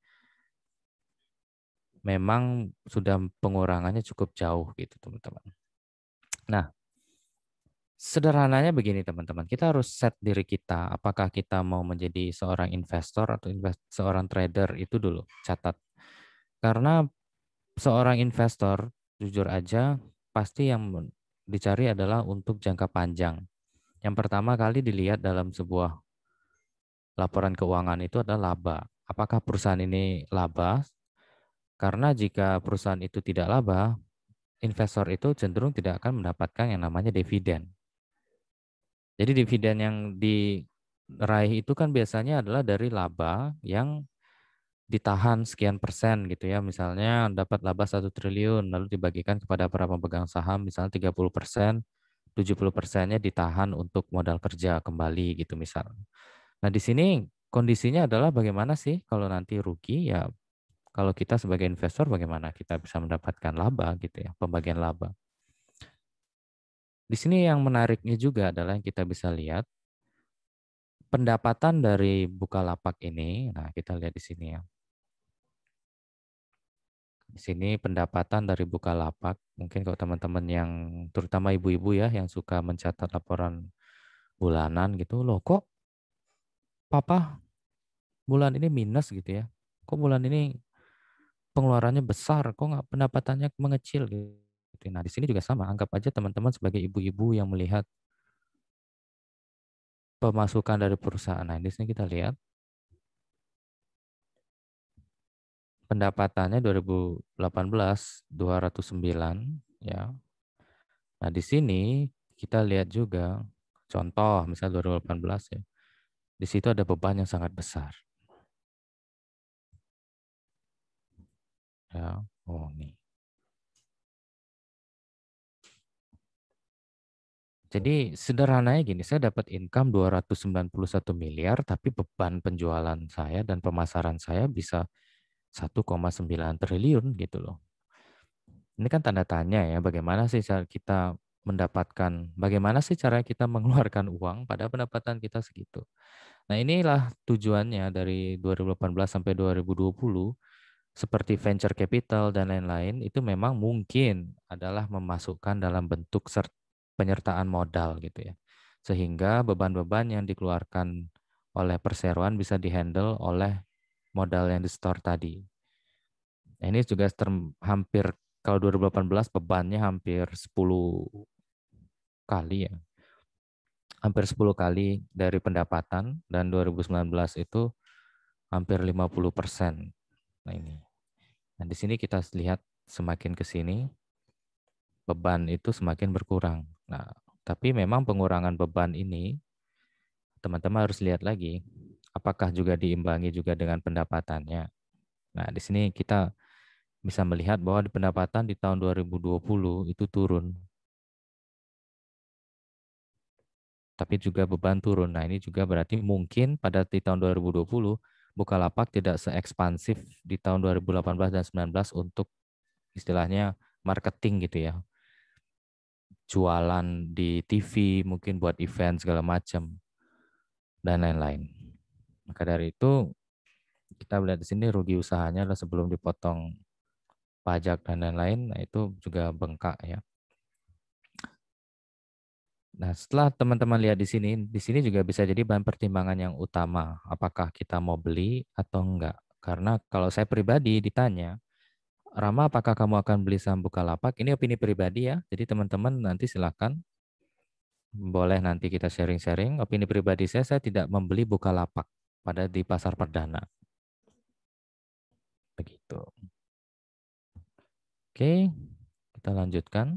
memang sudah pengurangannya cukup jauh gitu teman-teman. Nah, sederhananya begini teman-teman, kita harus set diri kita, apakah kita mau menjadi seorang investor atau invest, seorang trader itu dulu, catat. Karena seorang investor, jujur aja, pasti yang dicari adalah untuk jangka panjang. Yang pertama kali dilihat dalam sebuah laporan keuangan itu adalah laba. Apakah perusahaan ini laba? Karena jika perusahaan itu tidak laba, investor itu cenderung tidak akan mendapatkan yang namanya dividen. Jadi dividen yang diraih itu kan biasanya adalah dari laba yang ditahan sekian persen gitu ya. Misalnya dapat laba satu triliun lalu dibagikan kepada para pemegang saham misalnya tiga puluh persen, tujuh puluh persennya ditahan untuk modal kerja kembali gitu misalnya. Nah, di sini kondisinya adalah bagaimana sih kalau nanti rugi ya, kalau kita sebagai investor bagaimana kita bisa mendapatkan laba gitu ya, pembagian laba. Di sini yang menariknya juga adalah yang kita bisa lihat pendapatan dari Bukalapak ini. Nah, kita lihat di sini ya. Di sini pendapatan dari Bukalapak, mungkin kalau teman-teman yang terutama ibu-ibu ya yang suka mencatat laporan bulanan gitu, loh kok papa bulan ini minus gitu ya, kok bulan ini pengeluarannya besar, kok nggak pendapatannya mengecil gitu. Nah di sini juga sama, anggap aja teman-teman sebagai ibu-ibu yang melihat pemasukan dari perusahaan. Nah di sini kita lihat pendapatannya dua ribu delapan belas dua ratus sembilan ya. Nah, di sini kita lihat juga contoh misalnya dua ribu delapan belas ya. Di situ ada beban yang sangat besar. Ya, oh nih. Jadi sederhananya gini, saya dapat income dua ratus sembilan puluh satu miliar, tapi beban penjualan saya dan pemasaran saya bisa satu koma sembilan triliun gitu loh. Ini kan tanda tanya ya, bagaimana sih cara kita mendapatkan, bagaimana sih cara kita mengeluarkan uang pada pendapatan kita segitu. Nah inilah tujuannya dari dua ribu delapan belas sampai dua ribu dua puluh, seperti venture capital dan lain-lain, itu memang mungkin adalah memasukkan dalam bentuk penyertaan modal gitu ya. Sehingga beban-beban yang dikeluarkan oleh perseroan bisa dihandle oleh modal yang di-store tadi. Nah, ini juga term, hampir, kalau dua ribu delapan belas bebannya hampir sepuluh kali ya. Hampir sepuluh kali dari pendapatan, dan dua ribu sembilan belas itu hampir lima puluh persen. Nah ini. Nah di sini kita lihat semakin ke sini, beban itu semakin berkurang. Nah, tapi memang pengurangan beban ini, teman-teman harus lihat lagi, apakah juga diimbangi juga dengan pendapatannya. Nah, di sini kita bisa melihat bahwa di pendapatan di tahun dua ribu dua puluh itu turun. Tapi juga beban turun. Nah, ini juga berarti mungkin pada di tahun dua ribu dua puluh, Bukalapak tidak seekspansif di tahun dua ribu delapan belas dan sembilan belas untuk istilahnya marketing gitu ya. Jualan di T V, mungkin buat event segala macam, dan lain-lain. Maka dari itu, kita lihat di sini rugi usahanya adalah sebelum dipotong pajak dan lain-lain, nah itu juga bengkak ya. Nah, setelah teman-teman lihat di sini, di sini juga bisa jadi bahan pertimbangan yang utama, apakah kita mau beli atau enggak. Karena kalau saya pribadi ditanya, Rama, apakah kamu akan beli saham Bukalapak? Ini opini pribadi ya, jadi teman-teman nanti silakan, boleh nanti kita sharing-sharing. Opini pribadi saya, saya tidak membeli Bukalapak pada di pasar perdana. Begitu. Oke, kita lanjutkan.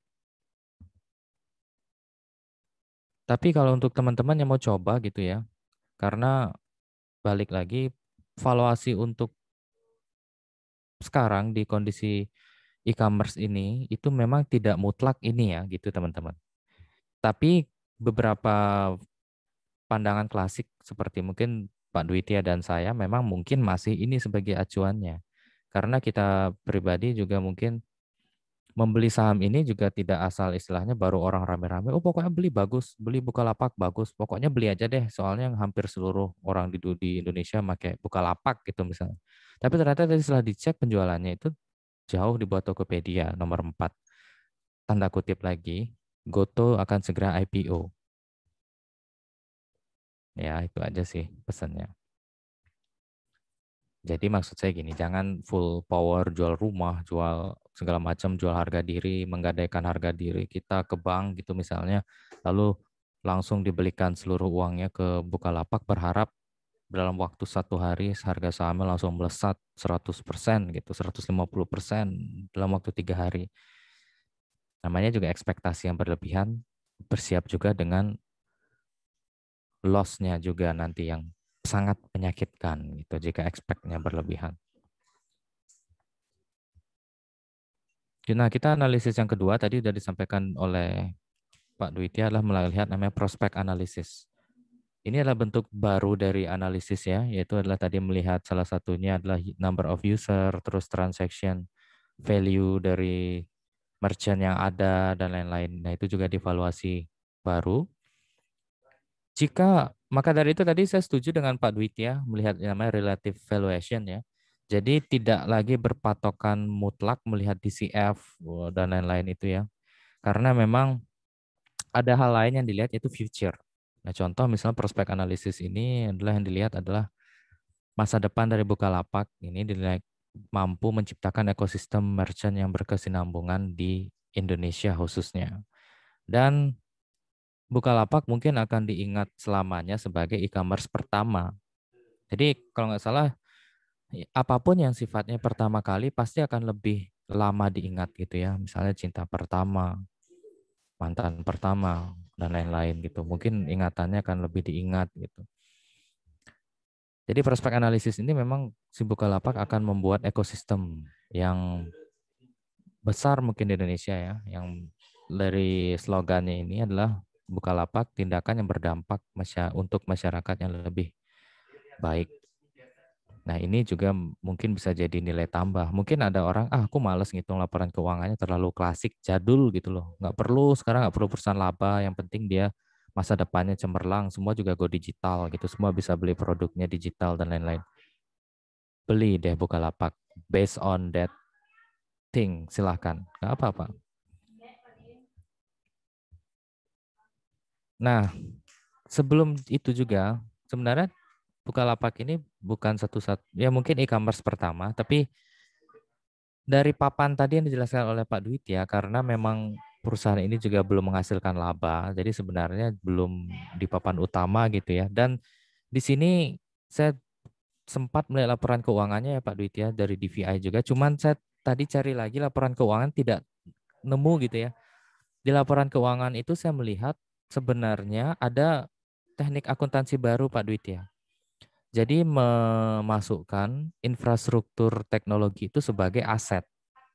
Tapi kalau untuk teman-teman yang mau coba gitu ya, karena balik lagi, valuasi untuk sekarang di kondisi e-commerce ini, itu memang tidak mutlak ini ya, gitu teman-teman. Tapi beberapa pandangan klasik seperti mungkin Pak Dwitya dan saya memang mungkin masih ini sebagai acuannya. Karena kita pribadi juga mungkin membeli saham ini juga tidak asal istilahnya baru orang rame-rame, oh pokoknya beli bagus, beli Bukalapak bagus, pokoknya beli aja deh, soalnya yang hampir seluruh orang di, di Indonesia pakai Bukalapak gitu misalnya. Tapi ternyata tadi setelah dicek penjualannya itu jauh di bawah Tokopedia nomor empat. Tanda kutip lagi, Goto akan segera I P O. Ya itu aja sih pesannya. Jadi maksud saya gini, jangan full power jual rumah, jual segala macam, jual harga diri, menggadaikan harga diri kita ke bank gitu misalnya, lalu langsung dibelikan seluruh uangnya ke Bukalapak berharap dalam waktu satu hari harga sahamnya langsung melesat seratus persen gitu, seratus lima puluh persen dalam waktu tiga hari. Namanya juga ekspektasi yang berlebihan, bersiap juga dengan loss-nya juga nanti yang sangat menyakitkan gitu jika expect-nya berlebihan. Nah, kita analisis yang kedua tadi sudah disampaikan oleh Pak Dwitya adalah melihat namanya prospek analisis. Ini adalah bentuk baru dari analisis ya, yaitu adalah tadi melihat salah satunya adalah number of user, terus transaction value dari merchant yang ada dan lain-lain. Nah, itu juga dievaluasi baru. Jika maka dari itu tadi saya setuju dengan Pak Dwitya melihat yang namanya relative valuation ya. Jadi tidak lagi berpatokan mutlak melihat D C F dan lain-lain itu ya. Karena memang ada hal lain yang dilihat yaitu future. Nah, contoh misalnya prospek analisis ini adalah yang dilihat adalah masa depan dari Bukalapak ini dinilai mampu menciptakan ekosistem merchant yang berkesinambungan di Indonesia khususnya. Dan Bukalapak mungkin akan diingat selamanya sebagai e-commerce pertama. Jadi kalau nggak salah, apapun yang sifatnya pertama kali pasti akan lebih lama diingat gitu ya. Misalnya cinta pertama, mantan pertama, dan lain-lain gitu. Mungkin ingatannya akan lebih diingat gitu. Jadi prospek analisis ini memang si Bukalapak akan membuat ekosistem yang besar mungkin di Indonesia ya. Yang dari slogannya ini adalah Bukalapak, tindakan yang berdampak untuk masyarakat yang lebih baik. Nah, ini juga mungkin bisa jadi nilai tambah. Mungkin ada orang, ah aku males ngitung laporan keuangannya, terlalu klasik, jadul gitu loh. Nggak perlu, sekarang nggak perlu perusahaan laba, yang penting dia masa depannya cemerlang, semua juga go digital gitu, semua bisa beli produknya digital dan lain-lain. Beli deh Bukalapak, based on that thing, silahkan. Nggak apa-apa. Nah, sebelum itu juga, sebenarnya Bukalapak ini bukan satu-satu, ya mungkin e-commerce pertama, tapi dari papan tadi yang dijelaskan oleh Pak Dwit ya, karena memang perusahaan ini juga belum menghasilkan laba, jadi sebenarnya belum di papan utama gitu ya. Dan di sini saya sempat melihat laporan keuangannya ya Pak Dwit ya, dari D V I juga, cuman saya tadi cari lagi laporan keuangan tidak nemu gitu ya. Di laporan keuangan itu saya melihat sebenarnya ada teknik akuntansi baru Pak Dwit ya. Jadi memasukkan infrastruktur teknologi itu sebagai aset.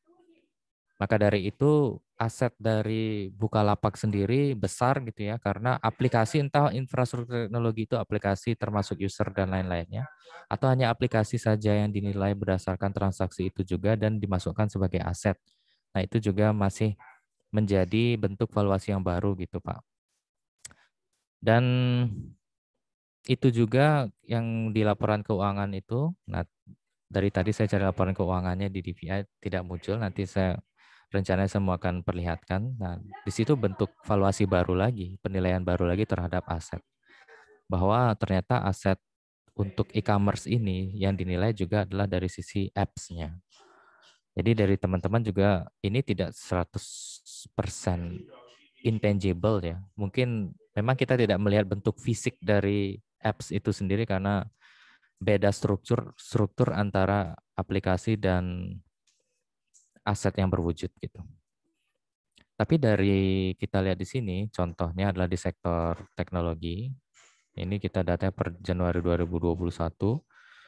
Maka dari itu aset dari Bukalapak sendiri besar gitu ya, karena aplikasi entah infrastruktur teknologi itu aplikasi termasuk user dan lain-lainnya, atau hanya aplikasi saja yang dinilai berdasarkan transaksi itu juga dan dimasukkan sebagai aset. Nah itu juga masih menjadi bentuk valuasi yang baru gitu Pak. Dan itu juga yang di laporan keuangan itu, nah dari tadi saya cari laporan keuangannya di D V I tidak muncul, nanti saya rencananya semua akan perlihatkan. Nah di situ bentuk valuasi baru lagi, penilaian baru lagi terhadap aset. Bahwa ternyata aset untuk e-commerce ini yang dinilai juga adalah dari sisi apps-nya. Jadi dari teman-teman juga ini tidak seratus persen intangible ya. Mungkin memang kita tidak melihat bentuk fisik dari apps itu sendiri karena beda struktur struktur antara aplikasi dan aset yang berwujud gitu. Tapi dari kita lihat di sini, contohnya adalah di sektor teknologi. Ini kita data per Januari dua ribu dua puluh satu.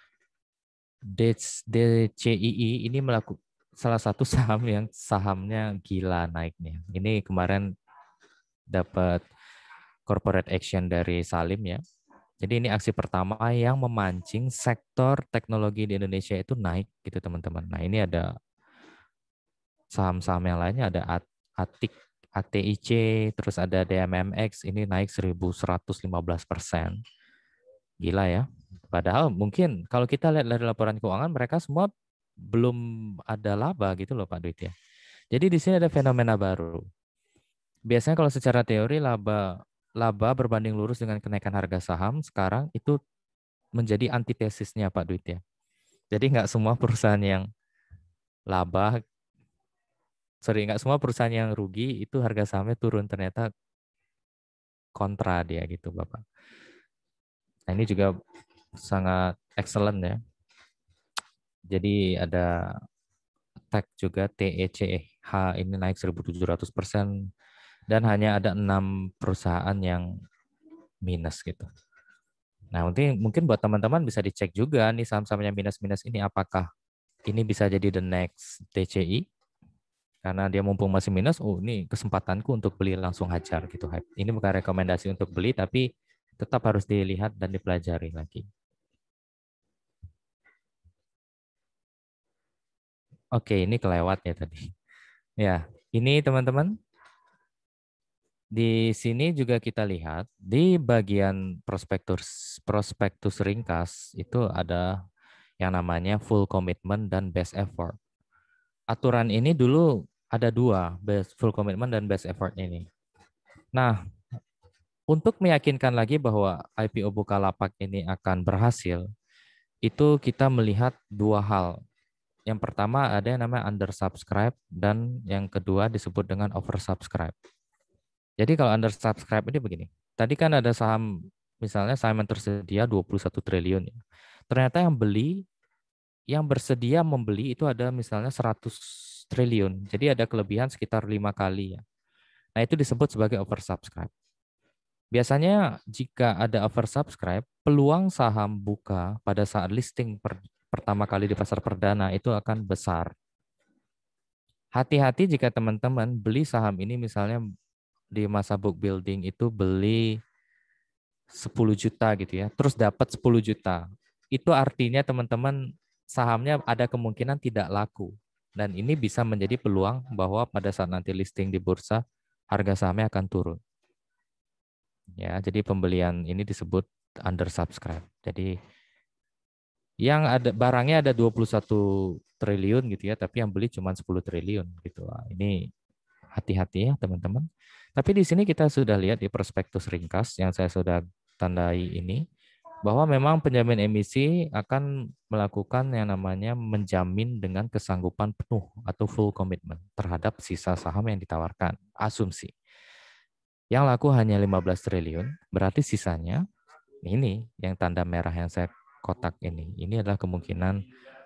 D C I I ini melakukan salah satu saham yang sahamnya gila naiknya. Ini kemarin dapat corporate action dari Salim ya. Jadi ini aksi pertama yang memancing sektor teknologi di Indonesia itu naik gitu teman-teman. Nah ini ada saham-saham yang lainnya, ada A T I C, A T I C, terus ada D M M X, ini naik seribu seratus lima belas persen. Gila ya. Padahal mungkin kalau kita lihat dari laporan keuangan mereka semua belum ada laba gitu loh Pak Dwit ya. Jadi di sini ada fenomena baru. Biasanya kalau secara teori laba laba berbanding lurus dengan kenaikan harga saham sekarang itu menjadi antitesisnya Pak Dwit ya. Jadi nggak semua perusahaan yang laba, sorry nggak semua perusahaan yang rugi itu harga sahamnya turun, ternyata kontra dia gitu Bapak. Nah ini juga sangat excellent ya. Jadi ada T E C juga, T E C H ini naik seribu tujuh ratus persen dan hanya ada enam perusahaan yang minus gitu. Nah, mungkin mungkin buat teman-teman bisa dicek juga nih saham-sahamnya minus-minus ini apakah ini bisa jadi the next D C I karena dia mumpung masih minus, oh ini kesempatanku untuk beli langsung hajar gitu. Ini bukan rekomendasi untuk beli tapi tetap harus dilihat dan dipelajari lagi. Oke, ini kelewat ya tadi. Ya, ini teman-teman. Di sini juga kita lihat di bagian prospektus prospektus ringkas itu ada yang namanya full commitment dan best effort. Aturan ini dulu ada dua, best full commitment dan best effort ini. Nah, untuk meyakinkan lagi bahwa I P O Bukalapak ini akan berhasil, itu kita melihat dua hal. Yang pertama ada yang namanya undersubscribe dan yang kedua disebut dengan oversubscribe. Jadi kalau undersubscribe ini begini. Tadi kan ada saham, misalnya saham yang tersedia dua puluh satu triliun. Ternyata yang beli, yang bersedia membeli itu ada misalnya seratus triliun. Jadi ada kelebihan sekitar lima kali ya. Nah, itu disebut sebagai oversubscribe. Biasanya jika ada oversubscribe, peluang saham buka pada saat listing per, pertama kali di pasar perdana itu akan besar. Hati-hati jika teman-teman beli saham ini misalnya di masa book building itu beli sepuluh juta gitu ya, terus dapat sepuluh juta. Itu artinya teman-teman sahamnya ada kemungkinan tidak laku. Dan ini bisa menjadi peluang bahwa pada saat nanti listing di bursa, harga sahamnya akan turun. Ya, jadi pembelian ini disebut undersubscribe. Jadi yang ada barangnya ada dua puluh satu triliun gitu ya, tapi yang beli cuma sepuluh triliun gitu. Nah, ini hati-hati ya teman-teman. Tapi di sini kita sudah lihat di prospektus ringkas yang saya sudah tandai ini bahwa memang penjamin emisi akan melakukan yang namanya menjamin dengan kesanggupan penuh atau full commitment terhadap sisa saham yang ditawarkan. Asumsi. Yang laku hanya lima belas triliun, berarti sisanya ini yang tanda merah yang saya kotak ini. Ini adalah kemungkinan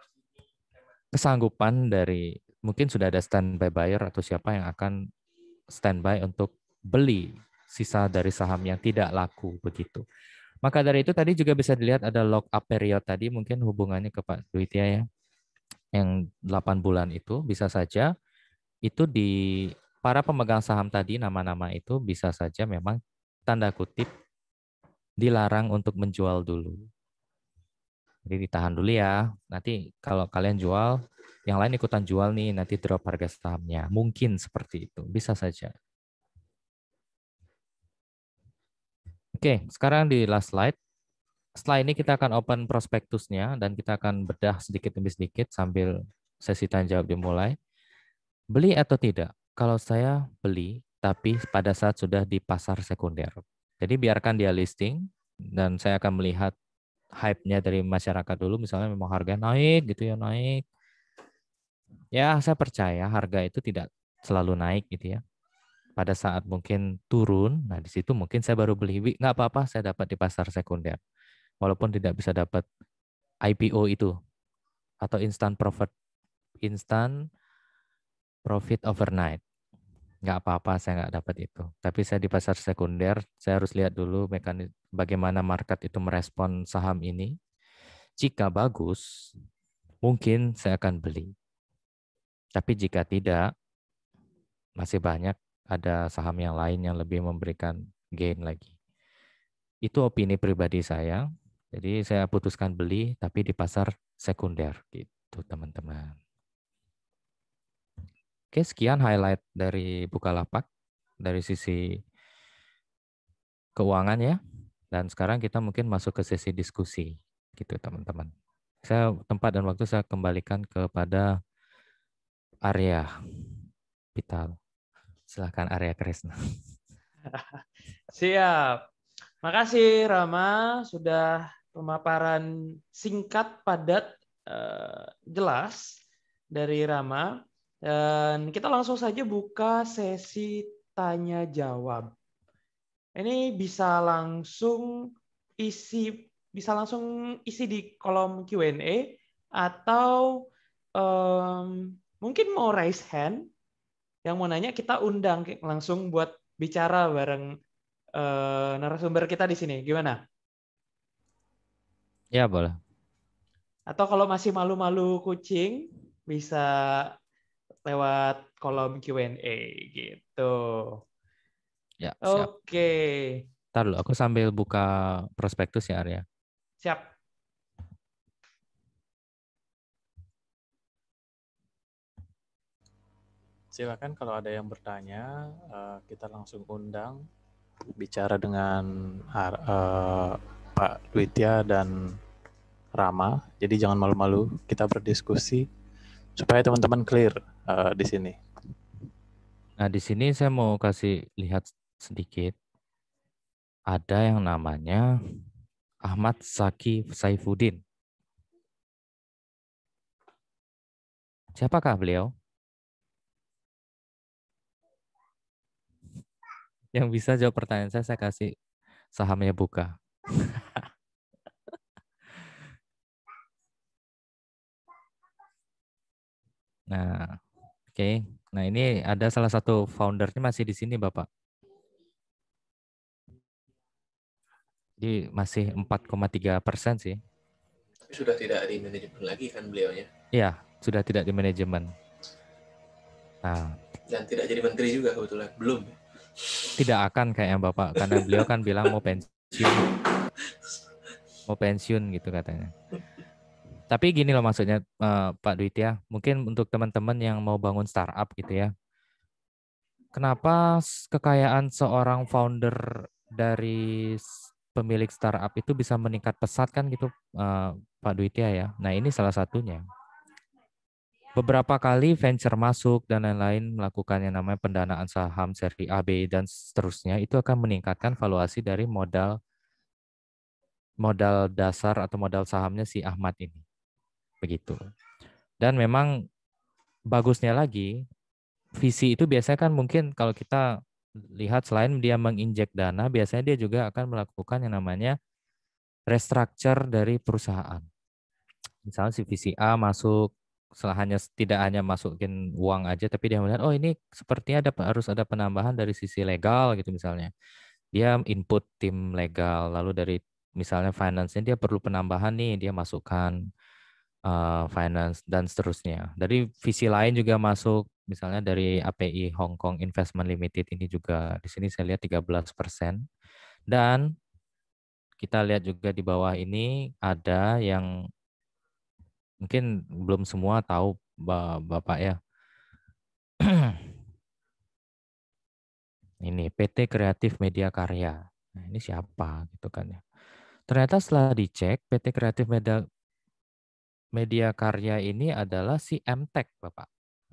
kesanggupan dari mungkin sudah ada standby buyer atau siapa yang akan standby untuk beli sisa dari saham yang tidak laku begitu. Maka dari itu tadi juga bisa dilihat ada lock up period tadi mungkin hubungannya ke Pak Dwitya ya. Yang delapan bulan itu bisa saja itu di para pemegang saham tadi nama-nama itu bisa saja memang tanda kutip dilarang untuk menjual dulu. Jadi ditahan dulu ya. Nanti kalau kalian jual, yang lain ikutan jual nih, nanti drop harga sahamnya. Mungkin seperti itu, bisa saja. Oke, sekarang di last slide. Setelah ini kita akan open prospektusnya dan kita akan bedah sedikit demi sedikit sambil sesi tanya jawab dimulai. Beli atau tidak? Kalau saya beli, tapi pada saat sudah di pasar sekunder. Jadi biarkan dia listing dan saya akan melihat hype-nya dari masyarakat dulu. Misalnya memang harga naik gitu ya, naik. Ya saya percaya harga itu tidak selalu naik gitu ya. Pada saat mungkin turun, nah di situ mungkin saya baru beli. Nggak apa-apa saya dapat di pasar sekunder. Walaupun tidak bisa dapat I P O itu atau instant profit, instant profit overnight. Nggak apa-apa saya nggak dapat itu. Tapi saya di pasar sekunder, saya harus lihat dulu mekanisme bagaimana market itu merespon saham ini. Jika bagus, mungkin saya akan beli. Tapi jika tidak, masih banyak ada saham yang lain yang lebih memberikan gain lagi. Itu opini pribadi saya. Jadi saya putuskan beli tapi di pasar sekunder gitu teman-teman. Oke, sekian highlight dari Bukalapak dari sisi keuangan ya. Dan sekarang kita mungkin masuk ke sesi diskusi gitu teman-teman. Saya tempat dan waktu saya kembalikan kepada Arya Pital. Silahkan Arya Kresna. Siap. Makasih Rama sudah pemaparan singkat, padat, eh, jelas dari Rama. Dan kita langsung saja buka sesi tanya jawab. Ini bisa langsung isi bisa langsung isi di kolom Q and A atau um, mungkin mau raise hand yang mau nanya, kita undang langsung buat bicara bareng uh, narasumber kita di sini. Gimana? Ya, boleh. Atau kalau masih malu-malu kucing bisa lewat kolom Q and A gitu. Ya, siap. Oke. Ntar dulu, aku sambil buka prospektus ya Arya. Siap. Silakan kalau ada yang bertanya, kita langsung undang bicara dengan uh, Pak Dwitya dan Rama, jadi jangan malu-malu, kita berdiskusi supaya teman-teman clear uh, di sini. Nah, di sini saya mau kasih lihat sedikit. Ada yang namanya Ahmad Zaki Saifuddin. Siapakah beliau? Yang bisa jawab pertanyaan saya, saya kasih sahamnya buka. Nah, oke. Okay. Nah, ini ada salah satu foundernya masih di sini, Bapak. Jadi masih empat koma tiga persen sih. Tapi sudah tidak di manajemen lagi kan beliaunya? Iya, sudah tidak di manajemen. Nah, dan tidak jadi menteri juga kebetulan, belum. Tidak akan kayaknya Bapak, karena beliau kan bilang mau pensiun. Mau pensiun gitu katanya. Tapi gini loh maksudnya uh, Pak Dwitya, mungkin untuk teman-teman yang mau bangun startup gitu ya. Kenapa kekayaan seorang founder dari pemilik startup itu bisa meningkat pesat kan gitu uh, Pak Dwitya ya. Nah ini salah satunya. Beberapa kali venture masuk dan lain-lain melakukan yang namanya pendanaan saham seri A, B, dan seterusnya, itu akan meningkatkan valuasi dari modal modal dasar atau modal sahamnya si Ahmad ini. Begitu. Dan memang bagusnya lagi, V C itu biasanya kan mungkin kalau kita lihat selain dia menginjek dana, biasanya dia juga akan melakukan yang namanya restructure dari perusahaan. Misalnya si V C A masuk, hanya tidak hanya masukin uang aja, tapi dia melihat, oh ini sepertinya ada harus ada penambahan dari sisi legal gitu misalnya. Dia input tim legal, lalu dari misalnya finance-nya dia perlu penambahan nih, dia masukkan uh, finance dan seterusnya. Dari visi lain juga masuk, misalnya dari A P I Hong Kong Investment Limited ini juga di sini saya lihat tiga belas persen. Dan kita lihat juga di bawah ini ada yang mungkin belum semua tahu Bapak ya. Ini P T Kreatif Media Karya. Nah, ini siapa gitu kan ya. Ternyata setelah dicek P T Kreatif Media Media Karya ini adalah si M-Tech, Bapak.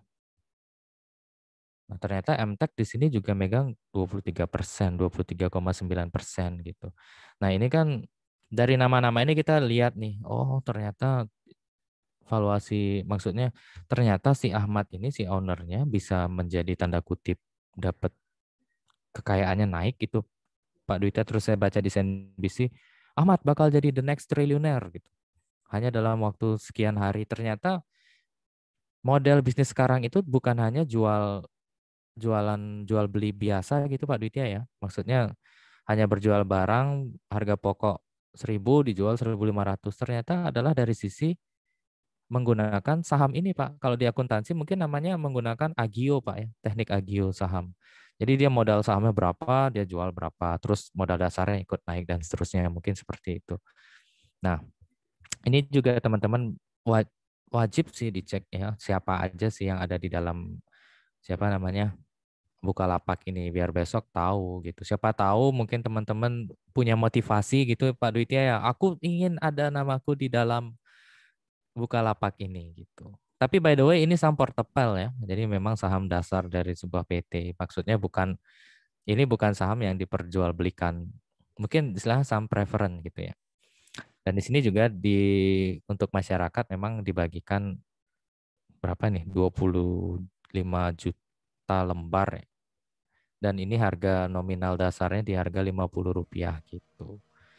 Nah, ternyata M-Tech di sini juga megang dua puluh tiga persen, dua puluh tiga koma sembilan persen gitu. Nah, ini kan dari nama-nama ini kita lihat nih, oh ternyata valuasi, maksudnya ternyata si Ahmad ini, si ownernya bisa menjadi tanda kutip dapat kekayaannya naik gitu. Pak Dwitya, terus saya baca di C N B C, Ahmad bakal jadi the next trillionaire gitu. Hanya dalam waktu sekian hari. Ternyata model bisnis sekarang itu bukan hanya jual jualan jual beli biasa gitu Pak Dwitya ya. Maksudnya hanya berjual barang harga pokok seribu dijual seribu lima ratus. Ternyata adalah dari sisi menggunakan saham ini Pak. Kalau di akuntansi mungkin namanya menggunakan agio Pak ya, teknik agio saham. Jadi dia modal sahamnya berapa, dia jual berapa, terus modal dasarnya ikut naik dan seterusnya, mungkin seperti itu. Nah, ini juga teman-teman wajib sih dicek ya, siapa aja sih yang ada di dalam, siapa namanya, Bukalapak ini, biar besok tahu gitu. Siapa tahu mungkin teman-teman punya motivasi gitu Pak Dwitya ya, aku ingin ada namaku di dalam Bukalapak ini gitu. Tapi by the way ini saham portable ya. Jadi memang saham dasar dari sebuah P T. Maksudnya bukan, ini bukan saham yang diperjualbelikan. Mungkin istilahnya saham preferen gitu ya. Dan di sini juga di untuk masyarakat memang dibagikan berapa nih? dua puluh lima juta lembar ya. Dan ini harga nominal dasarnya di harga lima puluh rupiah gitu.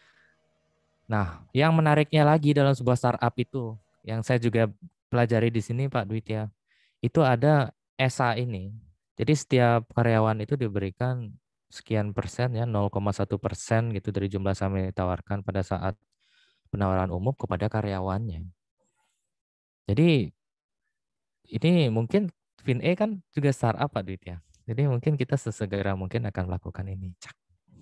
Nah, yang menariknya lagi dalam sebuah startup itu, yang saya juga pelajari di sini Pak Dwitya, itu ada S A ini. Jadi setiap karyawan itu diberikan sekian persen ya, nol koma satu persen gitu dari jumlah saham yang ditawarkan pada saat penawaran umum kepada karyawannya. Jadi ini mungkin FinE kan juga startup Pak Dwitya. Jadi mungkin kita sesegera mungkin akan melakukan ini. Cak.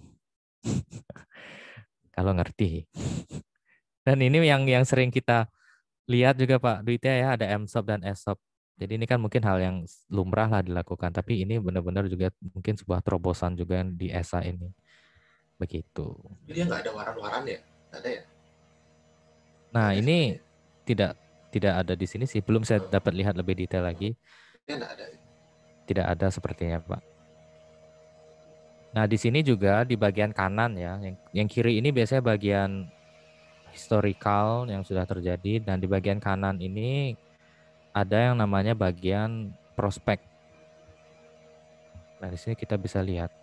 Kalau ngerti. Dan ini yang yang sering kita lihat juga Pak Dwitya ya, ada M S O P dan S O P. Jadi ini kan mungkin hal yang lumrah lah dilakukan, tapi ini benar-benar juga mungkin sebuah terobosan juga di E S A ini. Begitu. Jadi dia nggak ada waran-waran ya? Nggak ada ya? Nah, ini tidak tidak ada di sini sih. Belum saya dapat lihat lebih detail lagi. Tidak ada. Tidak ada sepertinya, Pak. Nah, di sini juga di bagian kanan ya. Yang, yang kiri ini biasanya bagian historical yang sudah terjadi. Dan di bagian kanan ini ada yang namanya bagian prospek. Nah, di sini kita bisa lihat.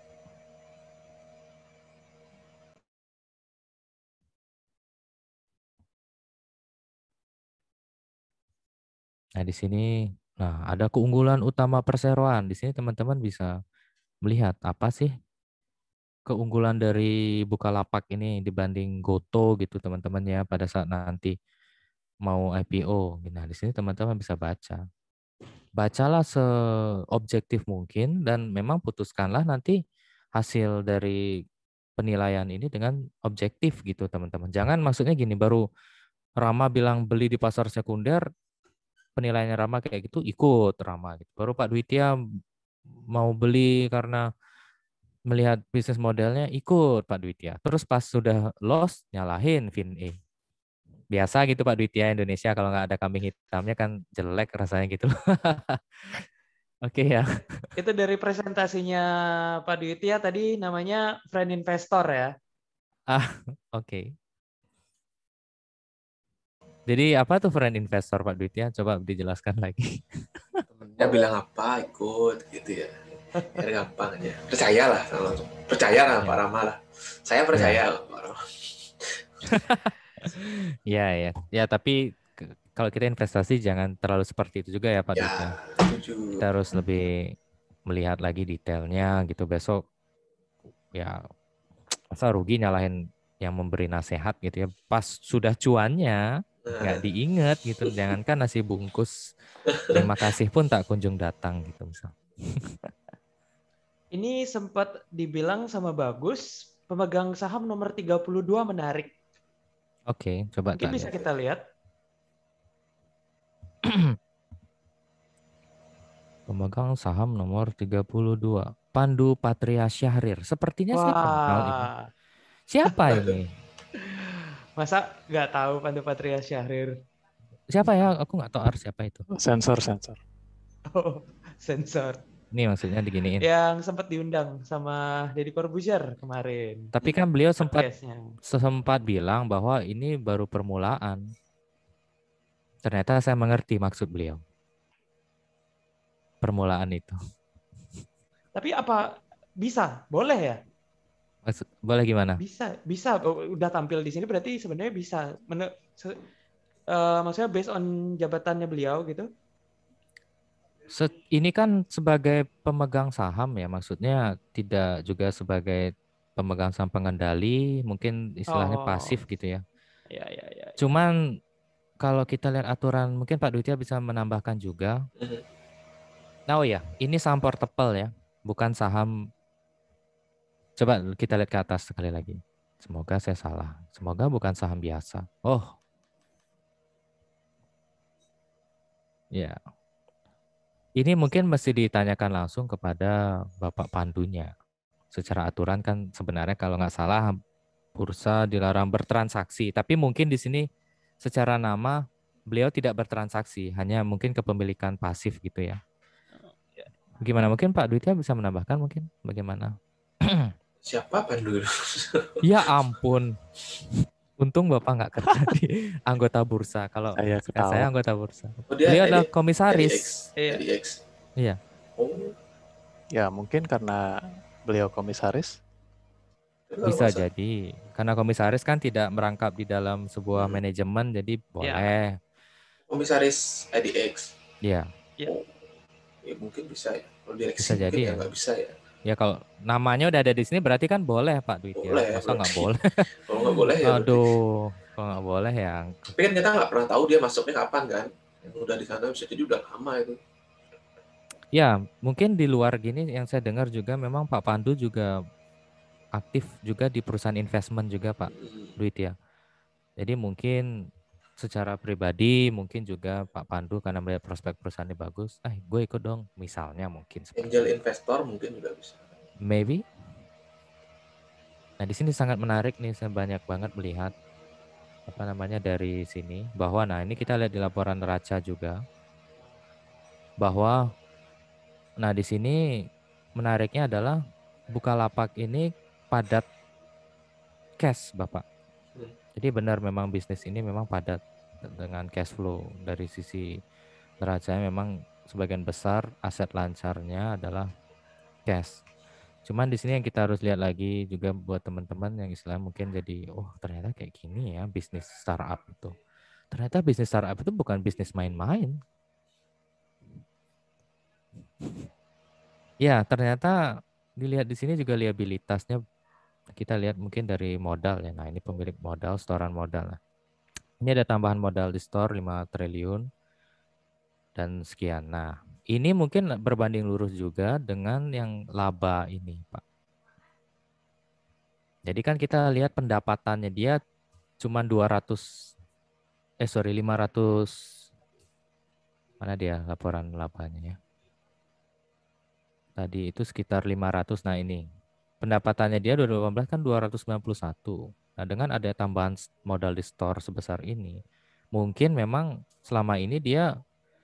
Nah, di sini nah ada keunggulan utama perseroan. Di sini teman-teman bisa melihat apa sih keunggulan dari Bukalapak ini dibanding Goto gitu teman-teman ya pada saat nanti mau I P O. Nah, di sini teman-teman bisa baca. Bacalah seobjektif mungkin dan memang putuskanlah nanti hasil dari penilaian ini dengan objektif gitu teman-teman. Jangan maksudnya gini, baru Rama bilang beli di pasar sekunder, penilaiannya Rama kayak gitu, ikut Rama gitu. Baru Pak Dwitya mau beli karena melihat bisnis modelnya, ikut Pak Dwitya. Terus pas sudah loss, nyalahin FinE. Biasa gitu Pak Dwitya, Indonesia kalau nggak ada kambing hitamnya kan jelek rasanya gitu. Oke ya. Itu dari presentasinya Pak Dwitya tadi namanya friend investor ya. Ah, oke. Okay. Jadi apa tuh friend investor Pak Dwitya? Coba dijelaskan lagi. Temennya bilang apa, ikut gitu ya. Biar gampang aja. Percayalah, percayalah Pak Rama lah. Saya percaya ya. Pak Rama. Ya ya. Ya tapi kalau kita investasi jangan terlalu seperti itu juga ya Pak ya, Dwitya. Setuju. Kita harus lebih melihat lagi detailnya gitu. Besok ya masa rugi nyalahin yang memberi nasihat gitu ya. Pas sudah cuannya nggak diingat gitu. Jangankan nasi bungkus terima kasih pun tak kunjung datang gitu misal. Ini sempat dibilang sama Bagus, pemegang saham nomor tiga puluh dua menarik. Oke, coba mungkin bisa kita lihat. Pemegang saham nomor tiga puluh dua, Pandu Patria Syahrir. Sepertinya Wah. saya kenal ini. Siapa ini? Masa nggak tahu Pandu Patria Syahrir? Siapa ya? Aku nggak tahu harus siapa itu. Sensor, sensor. Oh, sensor. Ini maksudnya diginiin. Yang sempat diundang sama Deddy Corbuzier kemarin. Tapi kan beliau sempat sempat bilang bahwa ini baru permulaan. Ternyata saya mengerti maksud beliau. Permulaan itu. Tapi apa bisa? Boleh ya? Maksud, boleh gimana? Bisa, bisa. Udah tampil di sini berarti sebenarnya bisa. Men uh, maksudnya based on jabatannya beliau gitu. Ini kan sebagai pemegang saham ya, maksudnya tidak juga sebagai pemegang saham pengendali, mungkin istilahnya oh. pasif gitu ya. Ya, ya, ya, ya. Cuman kalau kita lihat aturan, mungkin Pak Dwitya bisa menambahkan juga. Nah, oh ya, ini saham portable ya, bukan saham. Coba kita lihat ke atas sekali lagi. Semoga saya salah. Semoga bukan saham biasa. Oh, ya. Ini mungkin mesti ditanyakan langsung kepada Bapak Pandunya. Secara aturan kan sebenarnya kalau nggak salah bursa dilarang bertransaksi. Tapi mungkin di sini secara nama beliau tidak bertransaksi, hanya mungkin kepemilikan pasif gitu ya. Gimana mungkin Pak Dwitya bisa menambahkan mungkin bagaimana? Siapa Pandu? Ya ampun. Untung Bapak nggak kerja di anggota bursa. Kalau saya, saya anggota bursa. Oh, beliau adalah komisaris. I D X. Iya. Oh. Ya mungkin karena beliau komisaris. Bisa masa. Jadi karena komisaris kan tidak merangkap di dalam sebuah hmm. manajemen, jadi boleh. Komisaris I D X. Iya. Oh. Ya mungkin bisa ya. Kalau direksi bisa mungkin jadi ya nggak bisa ya. Ya kalau namanya udah ada di sini berarti kan boleh Pak Dwitya. Boleh. Masa nggak boleh? Kalau nggak boleh ya. Aduh, kalau nggak boleh ya. Tapi kan kita nggak pernah tahu dia masuknya kapan kan. Yang udah di sana bisa jadi udah lama itu. Ya, mungkin di luar gini yang saya dengar juga memang Pak Pandu juga aktif juga di perusahaan investment juga Pak Dwitya. Jadi mungkin secara pribadi mungkin juga Pak Pandu karena melihat prospek perusahaannya bagus, eh gue ikut dong misalnya mungkin. Angel investor mungkin juga bisa. Maybe. Nah di sini sangat menarik nih, saya banyak banget melihat apa namanya dari sini bahwa nah ini kita lihat di laporan neraca juga bahwa nah di sini menariknya adalah Bukalapak ini padat cash, Bapak. Hmm. Jadi benar memang bisnis ini memang padat dengan cash flow. Dari sisi neracanya memang sebagian besar aset lancarnya adalah cash. Cuman di sini yang kita harus lihat lagi juga buat teman-teman yang istilahnya mungkin jadi oh ternyata kayak gini ya bisnis startup itu. Ternyata bisnis startup itu bukan bisnis main-main. Ya, ternyata dilihat di sini juga liabilitasnya kita lihat mungkin dari modal ya. Nah, ini pemilik modal, setoran modal. Nah, ini ada tambahan modal di store lima triliun dan sekian. Nah, ini mungkin berbanding lurus juga dengan yang laba ini, Pak. Jadi kan kita lihat pendapatannya dia cuma dua ratus eh sorry lima ratus, mana dia laporan labanya ya. Tadi itu sekitar lima ratus. Nah, ini pendapatannya dia dua ribu delapan belas kan dua ratus sembilan puluh satu. Nah, dengan ada tambahan modal di store sebesar ini, mungkin memang selama ini dia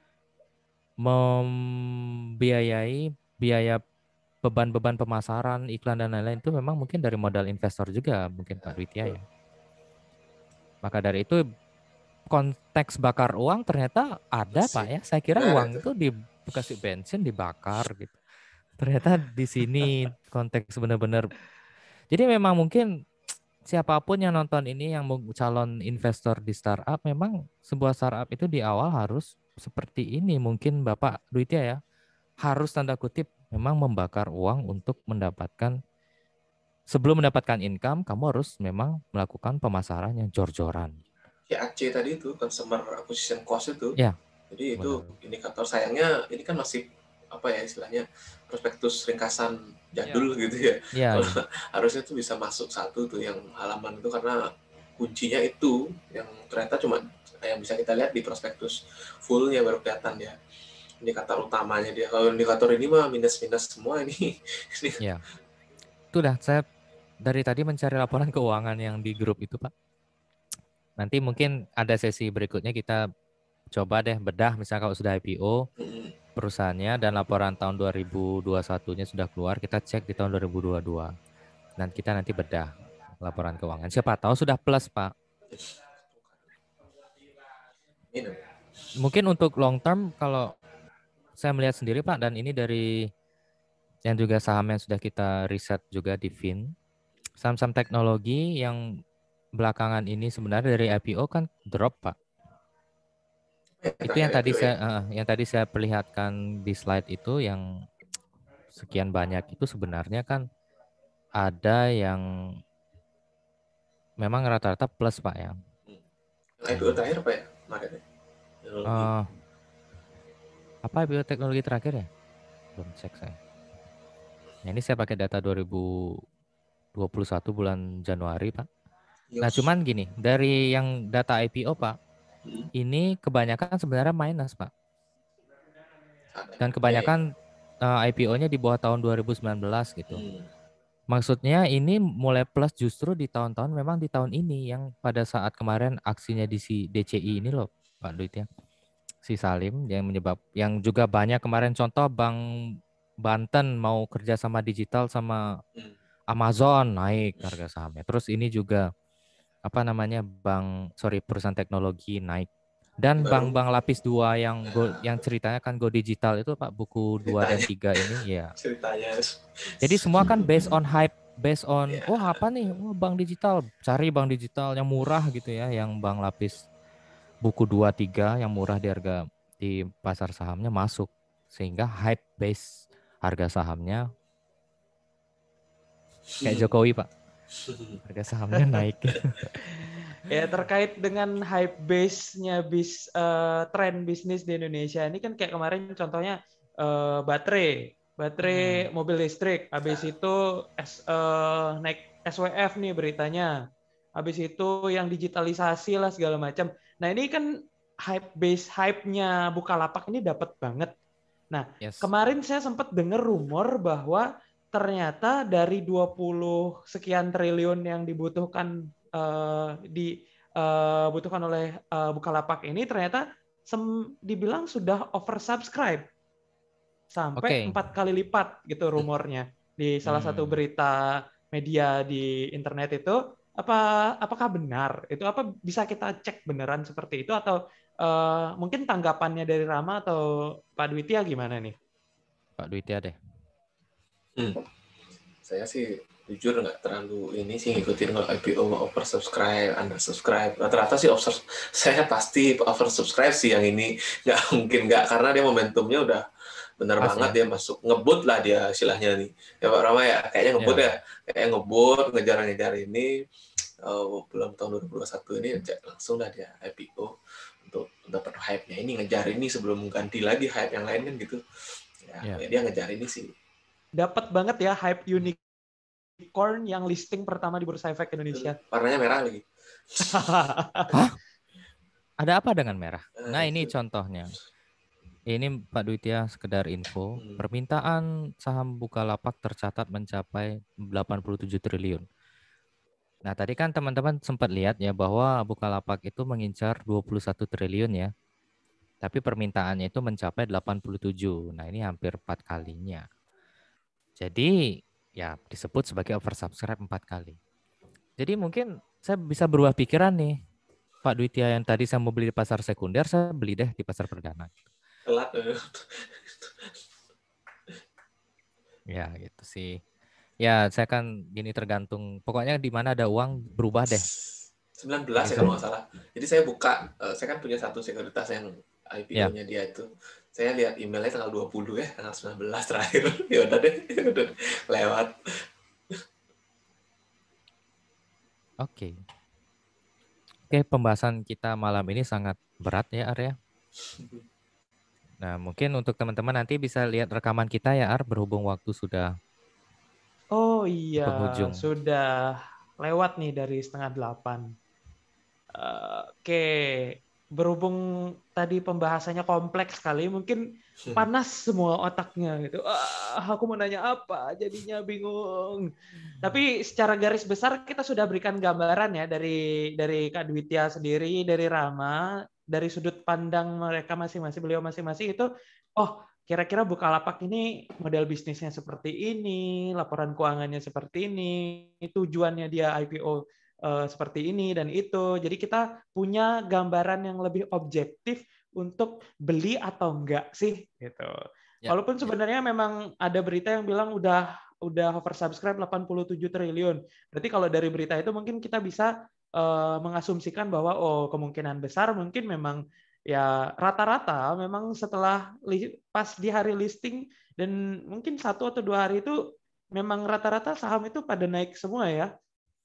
membiayai biaya beban-beban pemasaran, iklan dan lain-lain itu memang mungkin dari modal investor juga mungkin Pak Dwitya ya. Maka dari itu konteks bakar uang ternyata ada Pak ya. Saya kira Benar uang itu. itu dikasih bensin dibakar gitu. Ternyata di sini konteks benar-benar. Jadi memang mungkin siapapun yang nonton ini yang mau calon investor di startup, memang sebuah startup itu di awal harus seperti ini. Mungkin Bapak Dwitya ya, harus tanda kutip memang membakar uang untuk mendapatkan, sebelum mendapatkan income, kamu harus memang melakukan pemasaran yang jor-joran. C A C tadi itu, Consumer Acquisition Cost itu. Ya, Jadi itu benar. indikator, sayangnya ini kan masih apa ya istilahnya prospektus ringkasan jadul Ya. gitu ya. Ya, Kalau ya. harusnya tuh bisa masuk satu tuh yang halaman itu, karena kuncinya itu yang ternyata cuma yang bisa kita lihat di prospektus fullnya baru kelihatan ya indikator utamanya dia. Kalau indikator ini mah minus-minus semua ini. Ya. Itu dah saya dari tadi mencari laporan keuangan yang di grup itu, Pak. Nanti mungkin ada sesi berikutnya kita coba deh bedah misalnya kalau sudah I P O Hmm. perusahaannya dan laporan tahun dua ribu dua puluh satu-nya sudah keluar, kita cek di tahun dua ribu dua puluh dua. Dan kita nanti bedah laporan keuangan. Siapa tahu sudah plus, Pak. Ini. Mungkin untuk long term kalau saya melihat sendiri, Pak, dan ini dari yang juga saham yang sudah kita riset juga di Fin. Saham-saham teknologi yang belakangan ini sebenarnya dari I P O kan drop, Pak. Itu yang tadi saya uh, yang tadi saya perlihatkan di slide itu yang sekian banyak itu sebenarnya kan ada yang memang rata-rata plus, Pak ya. I P O terakhir apa ya kemarin ya? Uh, apa I P O teknologi terakhir ya? Belum cek saya. Nah, ini saya pakai data dua ribu dua puluh satu bulan Januari, Pak. Nah, cuman gini, dari yang data I P O, Pak, Hmm. ini kebanyakan sebenarnya minus, Pak. Dan kebanyakan uh, I P O-nya di bawah tahun dua ribu sembilan belas gitu. Hmm. Maksudnya ini mulai plus justru di tahun-tahun memang di tahun ini yang pada saat kemarin aksinya di si D C I ini loh, Pak Duit ya. Si Salim yang menyebab yang juga banyak kemarin contoh Bank Banten mau kerja sama digital sama Amazon naik harga sahamnya. Terus ini juga apa namanya bank sorry perusahaan teknologi naik. Dan bank-bank lapis dua yang go, yang ceritanya kan go digital itu Pak buku dua dan tiga ini ya. Ceritanya. Jadi semua kan based on hype, based on Yeah. oh apa nih? Oh bank digital, cari bank digital yang murah gitu ya, yang bank lapis buku dua tiga yang murah di harga di pasar sahamnya masuk sehingga hype base harga sahamnya kayak Jokowi, Pak. Harga sahamnya naik. Ya terkait dengan hype base-nya bis uh, tren bisnis di Indonesia ini kan kayak kemarin contohnya uh, baterai, baterai hmm. mobil listrik, habis itu S, uh, naik S W F nih beritanya, habis itu yang digitalisasi lah segala macam. Nah ini kan hype base hype-nya Bukalapak ini dapat banget. Nah yes. Kemarin saya sempat dengar rumor bahwa ternyata dari dua puluh sekian triliun yang dibutuhkan Uh, di dibutuhkan oleh uh, Bukalapak ini ternyata sem- dibilang sudah oversubscribe sampai Oke. empat kali lipat gitu rumornya di salah Hmm. satu berita media di internet itu. Apa apakah benar itu? Apa bisa kita cek beneran seperti itu atau uh, mungkin tanggapannya dari Rama atau Pak Dwitya gimana nih? Pak Dwitya deh. Hmm. Saya sih jujur nggak terlalu ini sih ngikutin kalau I P O oversubscribe, undersubscribe. Rata-rata sih over, saya pasti oversubscribe sih yang ini. Nggak mungkin nggak, karena dia momentumnya udah benar Pas banget ya? dia masuk ngebut lah dia istilahnya nih. Ya Pak Rama ya kayaknya ngebut Ya. ya, kayak ngebut ngejar-ngejar ini. Uh, belum tahun dua ribu dua puluh satu ini langsung dah dia I P O untuk dapat hype-nya ini, ngejar ini sebelum ganti lagi hype yang lain kan gitu. Ya, Ya. dia ngejar ini sih. Dapat banget ya hype unicorn yang listing pertama di Bursa Efek Indonesia. Warnanya merah lagi. Hah? Ada apa dengan merah? Nah, Nah, ini itu. contohnya. Ini Pak Dwitya sekedar info, Hmm. permintaan saham Bukalapak tercatat mencapai delapan puluh tujuh triliun. Nah, tadi kan teman-teman sempat lihat ya bahwa Bukalapak itu mengincar dua puluh satu triliun ya. Tapi permintaannya itu mencapai delapan puluh tujuh. Nah, ini hampir empat kalinya. Jadi, ya disebut sebagai oversubscribe empat kali. Jadi mungkin saya bisa berubah pikiran nih. Pak Dwitya yang tadi saya mau beli di pasar sekunder, saya beli deh di pasar perdana. Telat. Ya, gitu sih. Ya, saya kan gini tergantung. Pokoknya di mana ada uang berubah deh. sembilan belas ya kalau nggak salah. Jadi saya buka, saya kan punya satu sekuritas yang I P O-nya dia itu. Saya lihat emailnya tanggal dua puluh ya, tanggal sembilan belas terakhir. Ya udah deh, udah lewat. Oke. Oke, pembahasan kita malam ini sangat berat ya, Arya. Nah, mungkin untuk teman-teman nanti bisa lihat rekaman kita ya, Ar, berhubung waktu sudah Oh di iya, penghujung. sudah lewat nih dari setengah delapan. Uh, Oke, berhubung tadi pembahasannya kompleks sekali, mungkin panas semua otaknya gitu. Ah, aku mau nanya apa, jadinya bingung. Tapi secara garis besar kita sudah berikan gambaran ya dari dari Kak Dwitya sendiri, dari Rama, dari sudut pandang mereka masing-masing, beliau masing-masing itu, oh kira-kira Bukalapak ini model bisnisnya seperti ini, laporan keuangannya seperti ini, tujuannya dia I P O uh, seperti ini dan itu. Jadi kita punya gambaran yang lebih objektif untuk beli atau enggak sih gitu. Ya, Walaupun sebenarnya ya. memang ada berita yang bilang udah udah oversubscribe delapan puluh tujuh triliun. Berarti kalau dari berita itu mungkin kita bisa uh, mengasumsikan bahwa oh kemungkinan besar mungkin memang ya rata-rata memang setelah pas di hari listing dan mungkin satu atau dua hari itu memang rata-rata saham itu pada naik semua ya.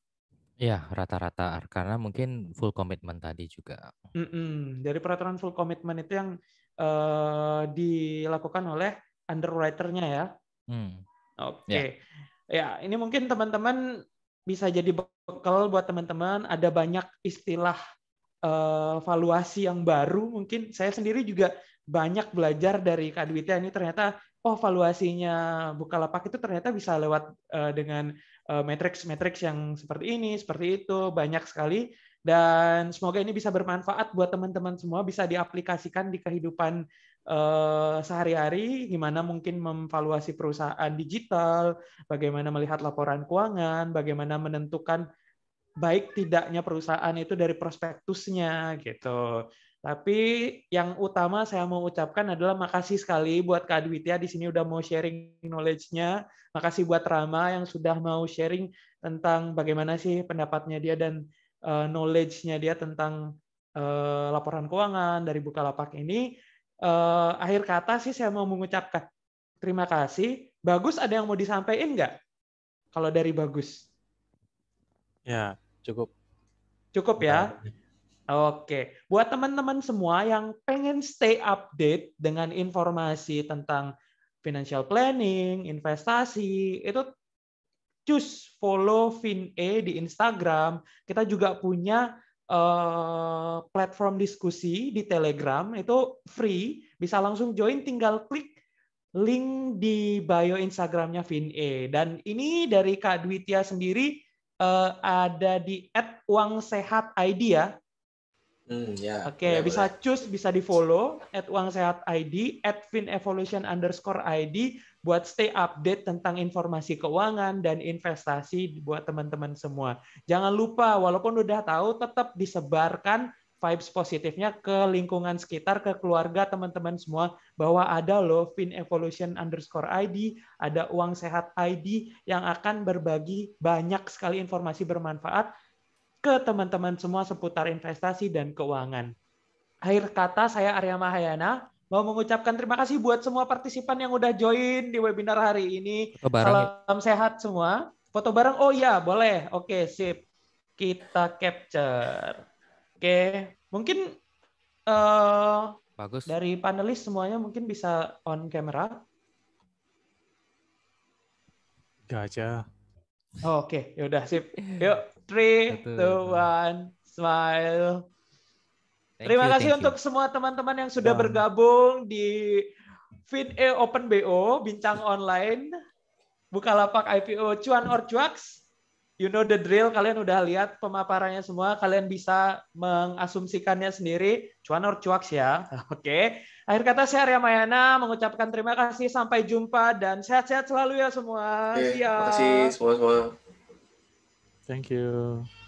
Ya, rata-rata karena mungkin full komitmen tadi juga. Mm-mm. Dari peraturan full komitmen itu yang uh, dilakukan oleh underwriter-nya ya. Hmm. Oke. Ya. Ya, ini mungkin teman-teman bisa jadi bekal buat teman-teman. Ada banyak istilah uh, valuasi yang baru. Mungkin saya sendiri juga banyak belajar dari Kak Dwitya ini ternyata oh valuasinya Bukalapak itu ternyata bisa lewat uh, dengan uh, matriks-matriks yang seperti ini, seperti itu, banyak sekali. Dan semoga ini bisa bermanfaat buat teman-teman semua, bisa diaplikasikan di kehidupan uh, sehari-hari, gimana mungkin memvaluasi perusahaan digital, bagaimana melihat laporan keuangan, bagaimana menentukan baik tidaknya perusahaan itu dari prospektusnya gitu. Tapi yang utama saya mau ucapkan adalah makasih sekali buat Kak Dwitya di sini udah mau sharing knowledge-nya. Makasih buat Rama yang sudah mau sharing tentang bagaimana sih pendapatnya dia dan uh, knowledge-nya dia tentang uh, laporan keuangan dari Bukalapak ini. Uh, akhir kata sih saya mau mengucapkan terima kasih. Bagus, ada yang mau disampaikan nggak? Kalau dari Bagus. Ya, cukup. Cukup ya? Oke. Buat teman-teman semua yang pengen stay update dengan informasi tentang financial planning, investasi, itu cus follow FinE di Instagram. Kita juga punya uh, platform diskusi di Telegram, itu free. Bisa langsung join, tinggal klik link di bio Instagramnya FinE. Dan ini dari Kak Dwitya sendiri, uh, ada di at uang sehat I D ya. Hmm, ya. Oke, okay, bisa cus, bisa di follow at uang sehat I D, at finevolution underscore I D buat stay update tentang informasi keuangan dan investasi buat teman-teman semua. Jangan lupa, walaupun udah tahu, tetap disebarkan vibes positifnya ke lingkungan sekitar, ke keluarga teman-teman semua, bahwa ada loh finevolution underscore I D, ada uang sehat I D yang akan berbagi banyak sekali informasi bermanfaat ke teman-teman semua seputar investasi dan keuangan. Akhir kata, saya Arya Mahayana mau mengucapkan terima kasih buat semua partisipan yang udah join di webinar hari ini. Foto bareng, Salam sehat semua. Foto bareng? Oh iya, boleh. Oke, sip. Kita capture. Oke, mungkin uh, bagus. dari panelis semuanya mungkin bisa on camera. Gajah. Oh, oke, okay. Yaudah sip. Yuk, three, two, one, smile. Thank Terima you, kasih thank untuk you. semua teman-teman yang sudah Dan bergabung di FinE Open B O, Bincang Online, Bukalapak I P O, Cuan or Cuaks. You know the drill, kalian udah lihat pemaparannya semua, kalian bisa mengasumsikannya sendiri, Cuan or Cuaks ya. Oke. Akhir kata, saya Arya Mahayana mengucapkan terima kasih, sampai jumpa, dan sehat-sehat selalu ya semua. Oke, See ya. makasih semua-semua. thank you.